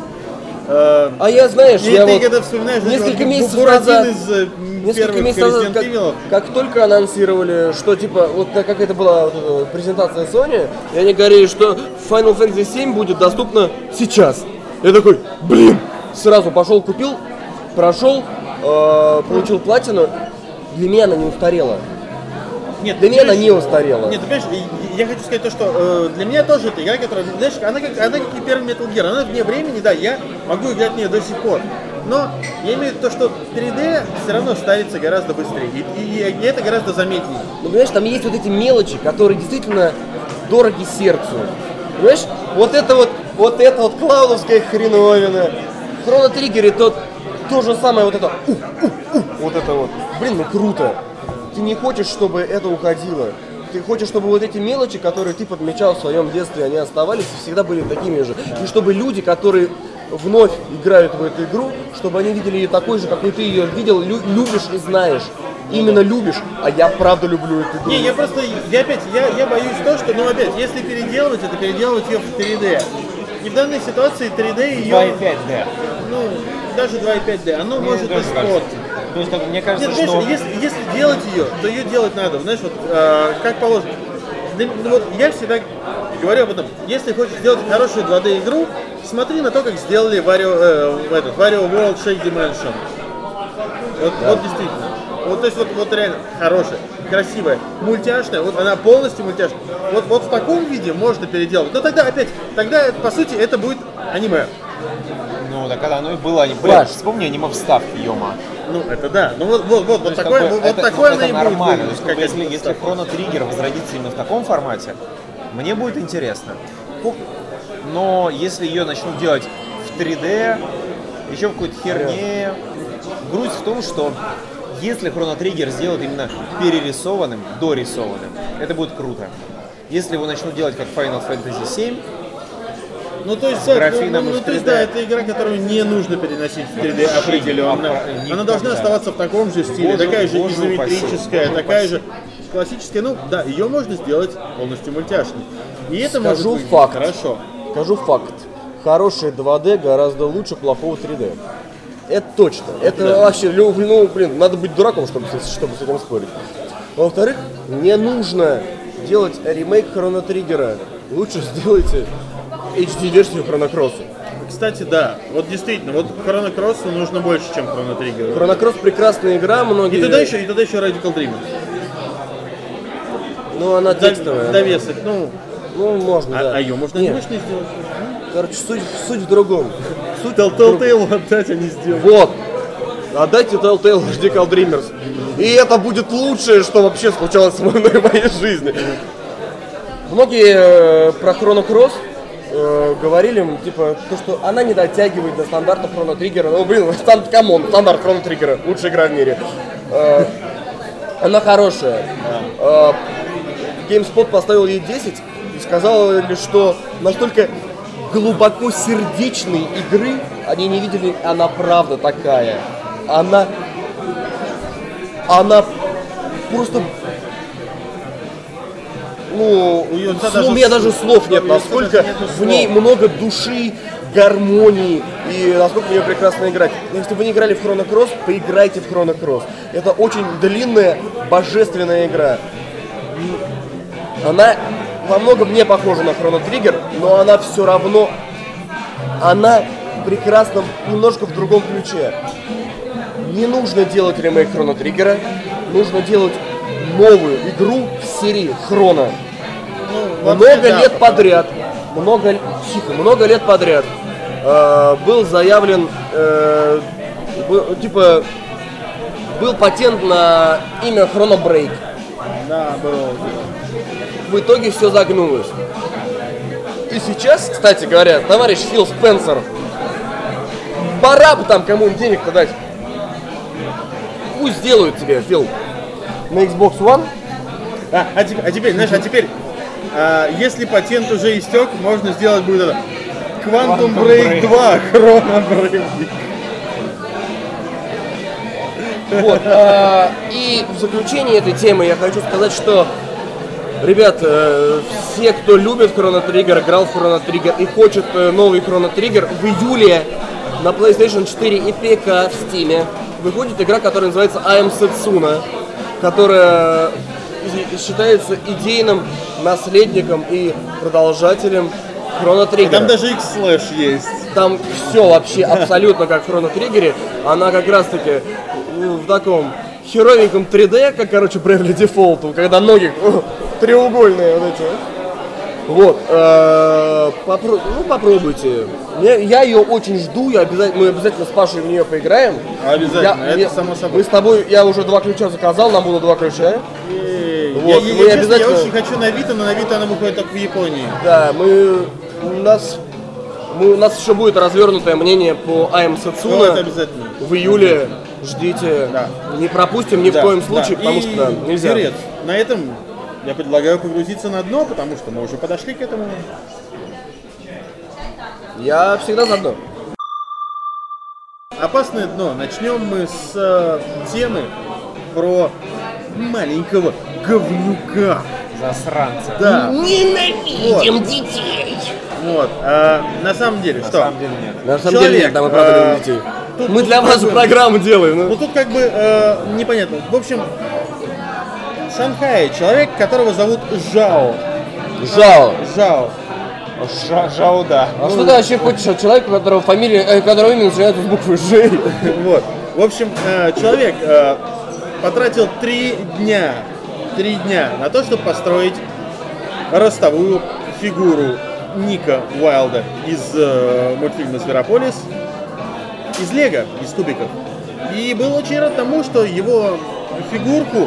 А я, знаешь, И я ты вот когда вспоминаешь, несколько вот месяцев Буратино назад, из первых Resident Evil, как только анонсировали, что типа, вот как это была вот эта презентация Sony, и они говорили, что Final Fantasy 7 будет доступно сейчас. Я такой, блин, сразу пошел, купил, прошел, получил платину. Для меня она не устарела. Нет, Для меня она понимаешь, не устарела. Нет, ты понимаешь, я хочу сказать то, что для меня тоже эта игра, которая, знаешь, она как и первый Metal Gear, она вне времени, да, я могу играть в нее до сих пор. Но я имею в виду то, что 3D все равно старится гораздо быстрее, и это гораздо заметнее. Ну, понимаешь, там есть вот эти мелочи, которые действительно дороги сердцу. Понимаешь, вот это вот клаудовская хреновина. В Chrono Trigger то же самое, вот это вот это вот. Блин, ну круто. Ты не хочешь, чтобы это уходило. Ты хочешь, чтобы вот эти мелочи, которые ты подмечал в своем детстве, они оставались и всегда были такими же. И чтобы люди, которые вновь играют в эту игру, чтобы они видели ее такой же, какой ты ее видел, любишь и знаешь. Именно любишь, а я правда люблю эту игру. Не, я боюсь то, что, опять, если переделывать, это переделывать ее в 3D. И в данной ситуации 3D ее... 2.5D. Даже 2.5D, оно может испортить. То есть, мне кажется, Нет, что... знаешь, если делать ее, то ее делать надо. Знаешь, вот как положено. Вот я всегда говорю об этом. Если хочешь сделать хорошую 2D игру, смотри на то, как сделали Wario World Shake Dimension. Вот действительно. Вот, то есть вот реально хорошая, красивая, мультяшная, вот она полностью мультяшная. Вот в таком виде можно переделать. Но тогда по сути это будет аниме. Ну, так когда оно и было, вспомни аниме-вставки, ёма. Ну, это да. Ну вот такое оно и будет. Нормально. То есть, как если Chrono Trigger возродится именно в таком формате, мне будет интересно. Но если ее начнут делать в 3D, еще в какой-то херне, грусть в том, что если Chrono Trigger сделают именно перерисованным, дорисованным, это будет круто. Если его начнут делать как Final Fantasy 7, то есть, графином и в 3D. То есть, да, это игра, которую не нужно переносить в 3D определенно. Она должна оставаться в таком же стиле, такая же изометрическая, такая же классическая. Ее можно сделать полностью мультяшной. И это может быть хорошо. Скажу факт. Хорошее 2D гораздо лучше плохого 3D. Это точно. Это вообще, надо быть дураком, чтобы с этим спорить. Во-вторых, не нужно делать ремейк Chrono Trigger лучше сделайте HD-версию Chrono Cross. Кстати, да, вот действительно, вот Chrono Cross нужно больше, чем Chrono Trigger. Chrono Cross прекрасная игра, многие... И тогда еще Radical Dreamers. Ну, она текстовая. Довесок, ну... Ну, можно, да. А ее можно Нет. мощно сделать? Короче, суть в другом. Суть Telltale отдать они сделали. Вот. Отдайте Telltale Radical Dreamers. И это будет лучшее, что вообще случалось в моей жизни. Многие про Chrono Cross говорили, типа, то, что она не дотягивает до стандарта Chrono Trigger. Ну, блин, камон, стандарт Chrono Trigger, лучшая игра в мире. Она хорошая. GameSpot поставил ей 10 и сказал, что настолько глубоко сердечной игры они не видели, она правда такая. Она просто... Ну, у меня даже слов нет, насколько в ней много души, гармонии и насколько в нее прекрасно играть. Если вы не играли в Chrono Cross, поиграйте в Chrono Cross. Это очень длинная, божественная игра. Она во многом не похожа на Chrono Trigger, но она все равно, она прекрасна немножко в другом ключе. Не нужно делать ремейк Chrono Trigger, нужно делать новую игру в серии Chrono. Много лет подряд был заявлен, был патент на имя Chrono Break. Да, был. В итоге все загнулось. И сейчас, кстати говоря, товарищ Фил Спенсер, пора бы там кому-нибудь денег-то дать. Пусть сделают тебе, Фил, на Xbox One. Теперь, если патент уже истек, можно сделать будет это. Quantum Break 2, Chrono Break. Вот, и в заключение этой темы я хочу сказать, что, ребят, все, кто любит Chrono Trigger, играл в Chrono Trigger и хочет новый Chrono Trigger, в июле на PlayStation 4 и ПК в Steam выходит игра, которая называется I Am Setsuna, которая считается идейным наследником и продолжателем Chrono Trigger. Там даже X-Slash есть. Там все вообще абсолютно как в Chrono Trigger. Она как раз таки в таком херовеньком 3D, как, короче, Bravely Default, когда ноги треугольные вот эти. Вот. Попробуйте. Я ее очень жду, мы обязательно с Пашей в нее поиграем. Обязательно, это само собой. Мы с тобой, я уже 2 ключа заказал, нам было 2 ключа. Вот, я очень хочу на Vita, но на Vita она выходит только в Японии. Да, у нас еще будет развернутое мнение по I Am Setsuna в июле. Ждите, да. Не пропустим ни в коем случае, потому что нельзя. Юрец, на этом я предлагаю погрузиться на дно, потому что мы уже подошли к этому. Я всегда за дно. Опасное дно. Начнем мы с темы про маленького говнюка. Засранца. Да. Ненавидим детей. Вот. На самом деле, что? На самом деле нет. На самом деле нет, да, мы правда любим детей. Мы для вас программу делаем. Ну тут как бы непонятно. В общем, в Шанхае человек, которого зовут Жао. Жао, да. А что ты вообще хочешь от человека, у которого которого имя начинается с буквы Ж? Вот. В общем, человек потратил 3 дня на то, чтобы построить ростовую фигуру Ника Уайлда из мультфильма «Зверополис», из Лего, из кубиков. И был очень рад тому, что его фигурку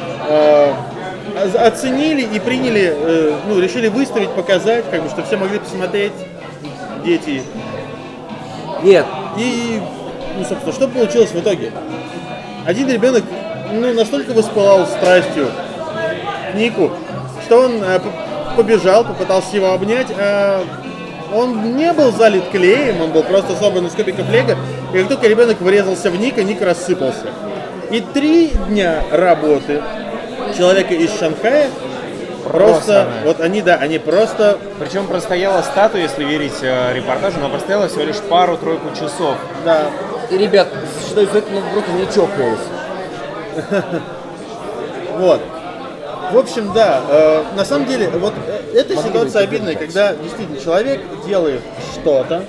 оценили и приняли, решили выставить, показать, как бы, чтобы все могли посмотреть, дети. Нет. И, собственно, что получилось в итоге? Один ребенок, настолько воспылал страстью к Нику, что он побежал, попытался его обнять, он не был залит клеем, он был просто собран из кубиков Лего, и как только ребенок врезался в Ника, Ник рассыпался. И 3 дня работы человека из Шанхая просто, вот они просто... Причем простояла статуя, если верить репортажу, но простояла всего лишь пару-тройку часов. Да. И, ребят, считаю, за это просто не чокаясь. Вот. В общем, да, на самом деле, вот эта ситуация обидная, когда действительно человек делает что-то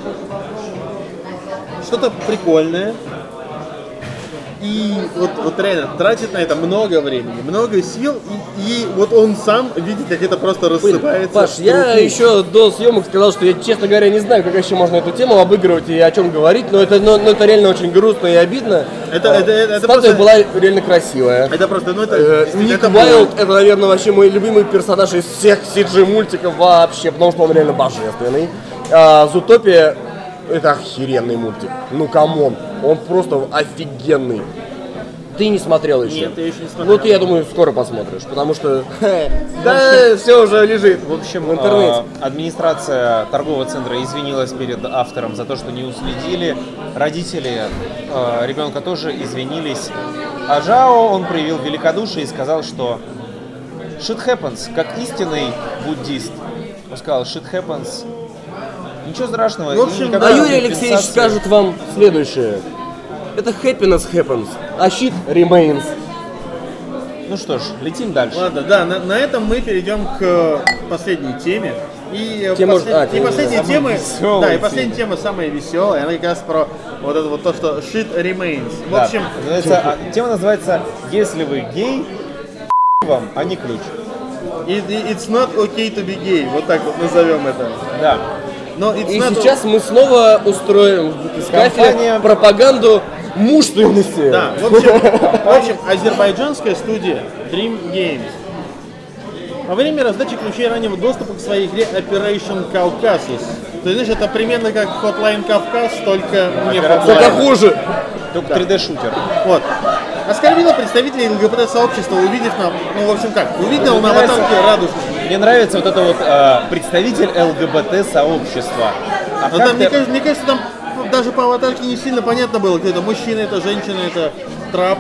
прикольное, и вот реально тратит на это много времени, много сил, и вот он сам видит, как это просто рассыпается. Паш, я еще до съемок сказал, что я, честно говоря, не знаю, как еще можно эту тему обыгрывать и о чем говорить, но это реально очень грустно и обидно. Статуя просто была реально красивая. Это просто, Ник Уайлд — это, наверное, вообще мой любимый персонаж из всех CG-мультиков вообще, потому что он реально божественный. Зутопия — это охеренный мультик. Ну, камон, он просто офигенный. Ты не смотрел еще? Нет, я еще не смотрел. Ну, ты, я думаю, скоро посмотришь, потому что... Да, все уже лежит В общем, в интернете. администрация торгового центра извинилась перед автором за то, что не уследили. Родители ребенка тоже извинились. А Жао, он проявил великодушие и сказал, что shit happens, как истинный буддист. Он сказал, shit happens. Ничего страшного. В общем, никакой А Юрий Алексеевич компенсации. скажет вам следующее. Это happiness happens, а shit remains. Ну что ж, летим дальше. Ладно, да, на этом мы перейдем к последней теме. И последняя тема, веселая да, и тема. последняя тема самая веселая, она как раз про вот это вот то, что shit remains. В Да, общем, тема называется «Если вы гей, вам, а не ключ». it's not okay to be gay, вот так вот назовем это. Да. Но it's И not сейчас мы снова устроим в Батискафе Компания- пропаганду мужественности. Да, в общем, азербайджанская студия Dream Games во время раздачи ключей раннего доступа к своей игре Operation Caucasus. То есть, знаешь, это примерно как Hotline Кавказ, только не Только Hotline. хуже. Только 3D-шутер. Вот. Оскорбила представителей ЛГБТ-сообщества, увидев увидел на аватарке радужную. Мне нравится вот это вот представитель ЛГБТ-сообщества. А Но как там, ты- мне кажется, там даже по аватарке не сильно понятно было, кто это мужчина, это женщина, это трап.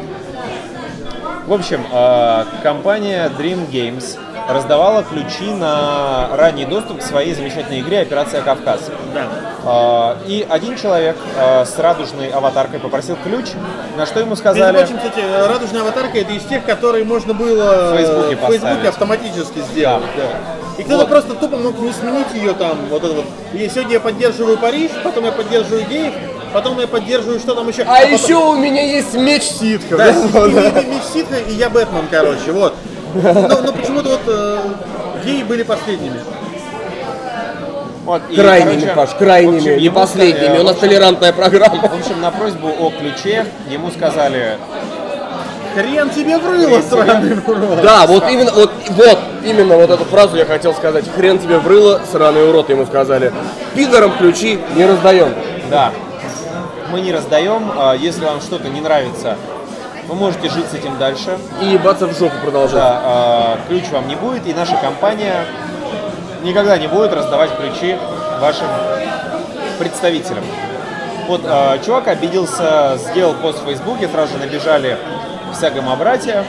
В общем, компания Dream Games раздавала ключи на ранний доступ к своей замечательной игре «Операция Кавказ». Да. И один человек с радужной аватаркой попросил ключ, на что ему Между сказали... прочим, кстати, радужная аватарка это из тех, которые можно было В Фейсбуке поставить. автоматически сделать. Да. И кто-то Вот. просто тупо мог не сменить ее там, вот это вот. И сегодня я поддерживаю Париж, потом я поддерживаю геев, потом я поддерживаю что там еще. А потом- еще у меня есть меч ситхов. Да, и меч Ситха, и я Бэтмен, короче, вот. Но почему-то вот геи были последними. Вот, и, Крайними, короче, Паш, в крайними, общем, не ему последними. У нас в общем- толерантная программа. В общем, на просьбу о ключе ему сказали... Хрен тебе в рыло, сраный урод. Да, вот именно вот эту фразу я хотел сказать. Хрен тебе в рыло, сраный урод, ему сказали. Пидорам ключи не раздаем. Да, мы не раздаем, если вам что-то не нравится, вы можете жить с этим дальше. И ебаться в жопу продолжать. Да, ключ вам не будет, и наша компания никогда не будет раздавать ключи вашим представителям. Вот чувак обиделся, сделал пост в Фейсбуке, сразу же набежали вся гомобратья.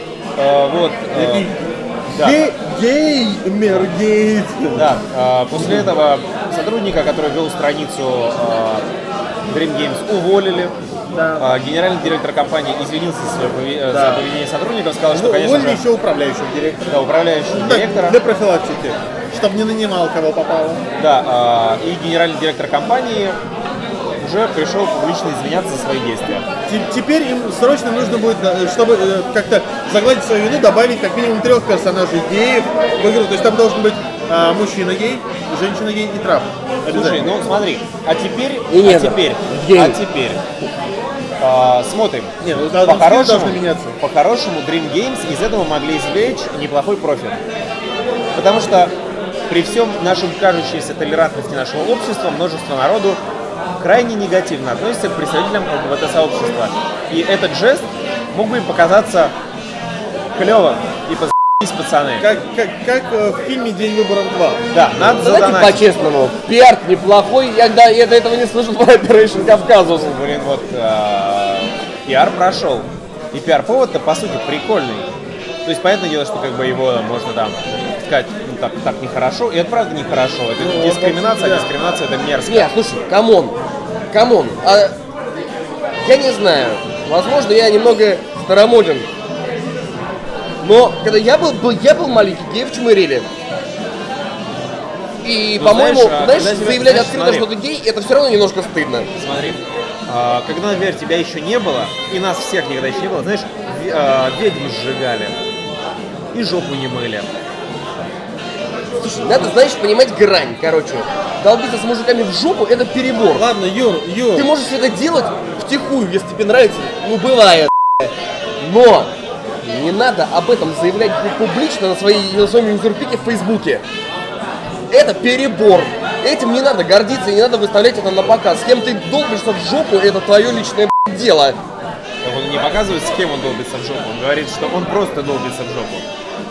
Да. Гей-мергейт. Да, после этого сотрудника, который вел страницу Dream Games, уволили. Да. Генеральный директор компании извинился за поведение сотрудников, сказал, что, Ну, конечно уволили же, еще управляющего директора. да, управляющего директора, Для профилактики, чтобы не нанимал кого попало. да, и генеральный директор компании уже пришел публично извиняться за свои действия. Теперь им срочно нужно будет, чтобы как-то загладить свою вину, добавить как минимум 3 персонажей геев в игру. То есть там должен быть мужчина гей, женщина гей и трап. Слушай, ну смотри, а теперь Гей. смотрим. Не, ну, скилл должны меняться. По-хорошему Dream Games из этого могли извлечь неплохой профит. Потому что при всем нашем кажущейся толерантности нашего общества множество народу крайне негативно относится к представителям ЛГБТ-сообщества. И этот жест мог бы им показаться клевым и поза***ись, пацаны. Как в фильме «День выборов 2». Да, надо Давайте задонатить. по-честному. Пиар неплохой, я до этого не слышал про Operation Кавказус. Блин, вот пиар прошел. И пиар-повод-то, по сути, прикольный. То есть, понятное дело, что как бы его можно там сказать, ну так нехорошо. И это правда нехорошо. Это дискриминация, да. а дискриминация это мерзко. Нет, слушай, камон. Я не знаю. Возможно, я немного старомоден. Но когда я был маленький, гей в Чмыриле. И, по-моему, знаешь, заявлять открыто, что ты гей, это все равно немножко стыдно. Смотри, когда, например, тебя еще не было, и нас всех никогда еще не было, знаешь, ведьм сжигали и жопу не мыли. Слушай, надо, знаешь, понимать грань, короче. Долбиться с мужиками в жопу — это перебор. Ладно, Юр. Ты можешь это делать втихую, если тебе нравится, ну бывает. Но не надо об этом заявлять публично на своем юзерпике в Фейсбуке. Это перебор. Этим не надо гордиться и не надо выставлять это на показ. С кем ты долбишься в жопу, это твое личное дело. Он не показывает, с кем он долбится в жопу. Он говорит, что он просто долбится в жопу.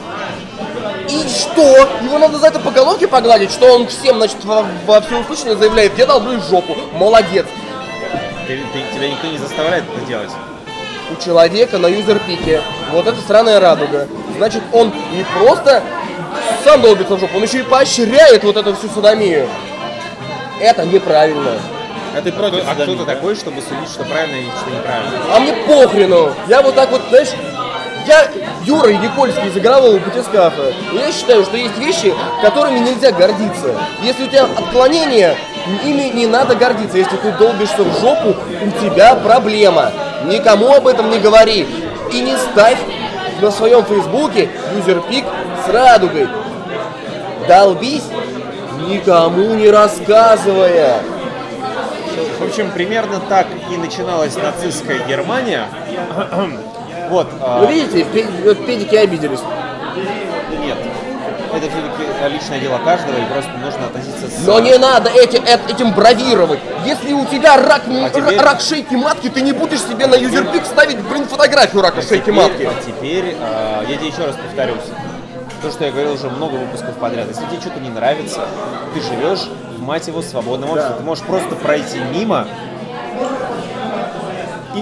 И что? Его надо за это по головке погладить, что он всем, значит, во всеуслышание заявляет: я долблю в жопу. Молодец. Тебя никто не заставляет это делать. У человека на юзерпике вот эта сраная радуга. Значит, он не просто сам долбится в жопу, он еще и поощряет вот эту всю содомию. Это неправильно. А ты против? А кто ты такой, чтобы судить, что правильно и что неправильно? А мне похрену. Я вот так вот, знаешь, я Юра Никольский из игрового батискафа. И я считаю, что есть вещи, которыми нельзя гордиться. Если у тебя отклонения, ими не надо гордиться. Если ты долбишься в жопу, у тебя проблема. Никому об этом не говори. И не ставь на своем фейсбуке юзерпик с радугой. Долбись, никому не рассказывая. В общем, примерно так и начиналась нацистская Германия. Вот. Вы видите, педики обиделись. Нет. Это все-таки личное дело каждого, и просто нужно относиться с... Но не надо этим бравировать. Если у тебя рак шейки матки, ты не будешь себе на юзерпик ставить, фотографию рака шейки матки. А теперь я тебе еще раз повторюсь. То, что я говорил уже много выпусков подряд. Если тебе что-то не нравится, ты живешь в, мать его, свободном обществе. Ты можешь просто пройти мимо и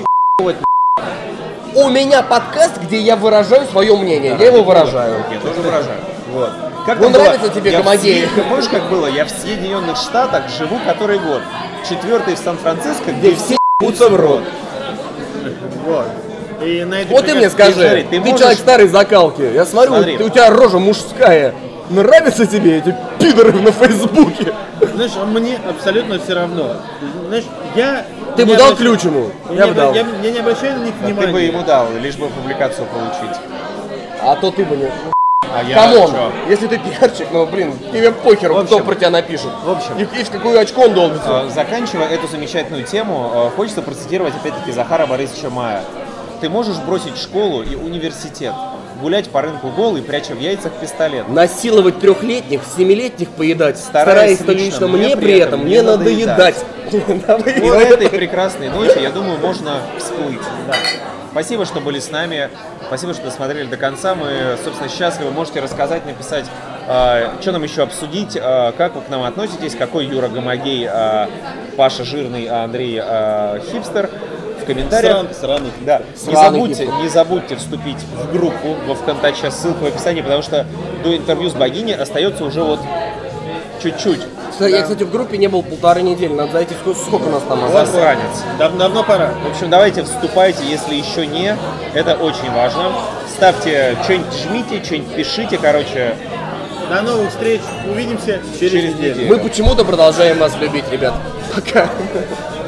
У меня подкаст, где я выражаю свое мнение. Я его выражаю. Я тоже выражаю. Вот. Как Ну, нравится тебе гомогеи? Помнишь, как было? Я в Соединенных Штатах живу который год. 4-й в Сан-Франциско, где все ебутся в рот. Вот. И на этой Вот ты мне скажи, смотри, ты можешь- человек старой закалки. Я смотрю, Смотри. у тебя рожа мужская. Нравятся тебе эти пидоры на Фейсбуке? Знаешь, мне абсолютно все равно. Знаешь, я... Ты не бы дал обращаю- ключ ему? Я, Я бы дал. я не обращаю на них Ты бы внимания. ему дал, лишь бы публикацию получить. А то ты бы не... А я Камон, чё? если ты пиарщик, ну блин, тебе похеру, В общем- кто про тебя напишет. в общем. И в какую очко он долбится. Заканчивая эту замечательную тему, хочется процитировать опять-таки Захара Борисовича Мая. Ты можешь бросить школу и университет, гулять по рынку голый, пряча в яйцах пистолет. Насиловать 3-летних, 7-летних поедать, Стараясь стараясь лично мне мне при этом не надоедать. И на этой прекрасной ночи, я думаю, можно всплыть. Спасибо, что были с нами. Спасибо, что досмотрели до конца. Мы, собственно, счастливы. Можете рассказать, написать, что нам еще обсудить, как вы к нам относитесь, какой Юра Гомогей, Паша Жирный, а Андрей Хипстер. В комментариях. Сраный. Да. Сраный Не забудьте вступить в группу во ВКонтакте, ссылка в описании, потому что до интервью с богиней остается уже вот чуть-чуть. Я, кстати, в группе не был 1,5 недели, надо зайти, сколько у нас там осталось. Засранец. Давно пора. В общем, давайте вступайте, если еще не. Это очень важно. Ставьте, что-нибудь жмите, что-нибудь пишите, короче. До новых встреч. Увидимся через неделю. Мы почему-то продолжаем вас любить, ребят. Пока.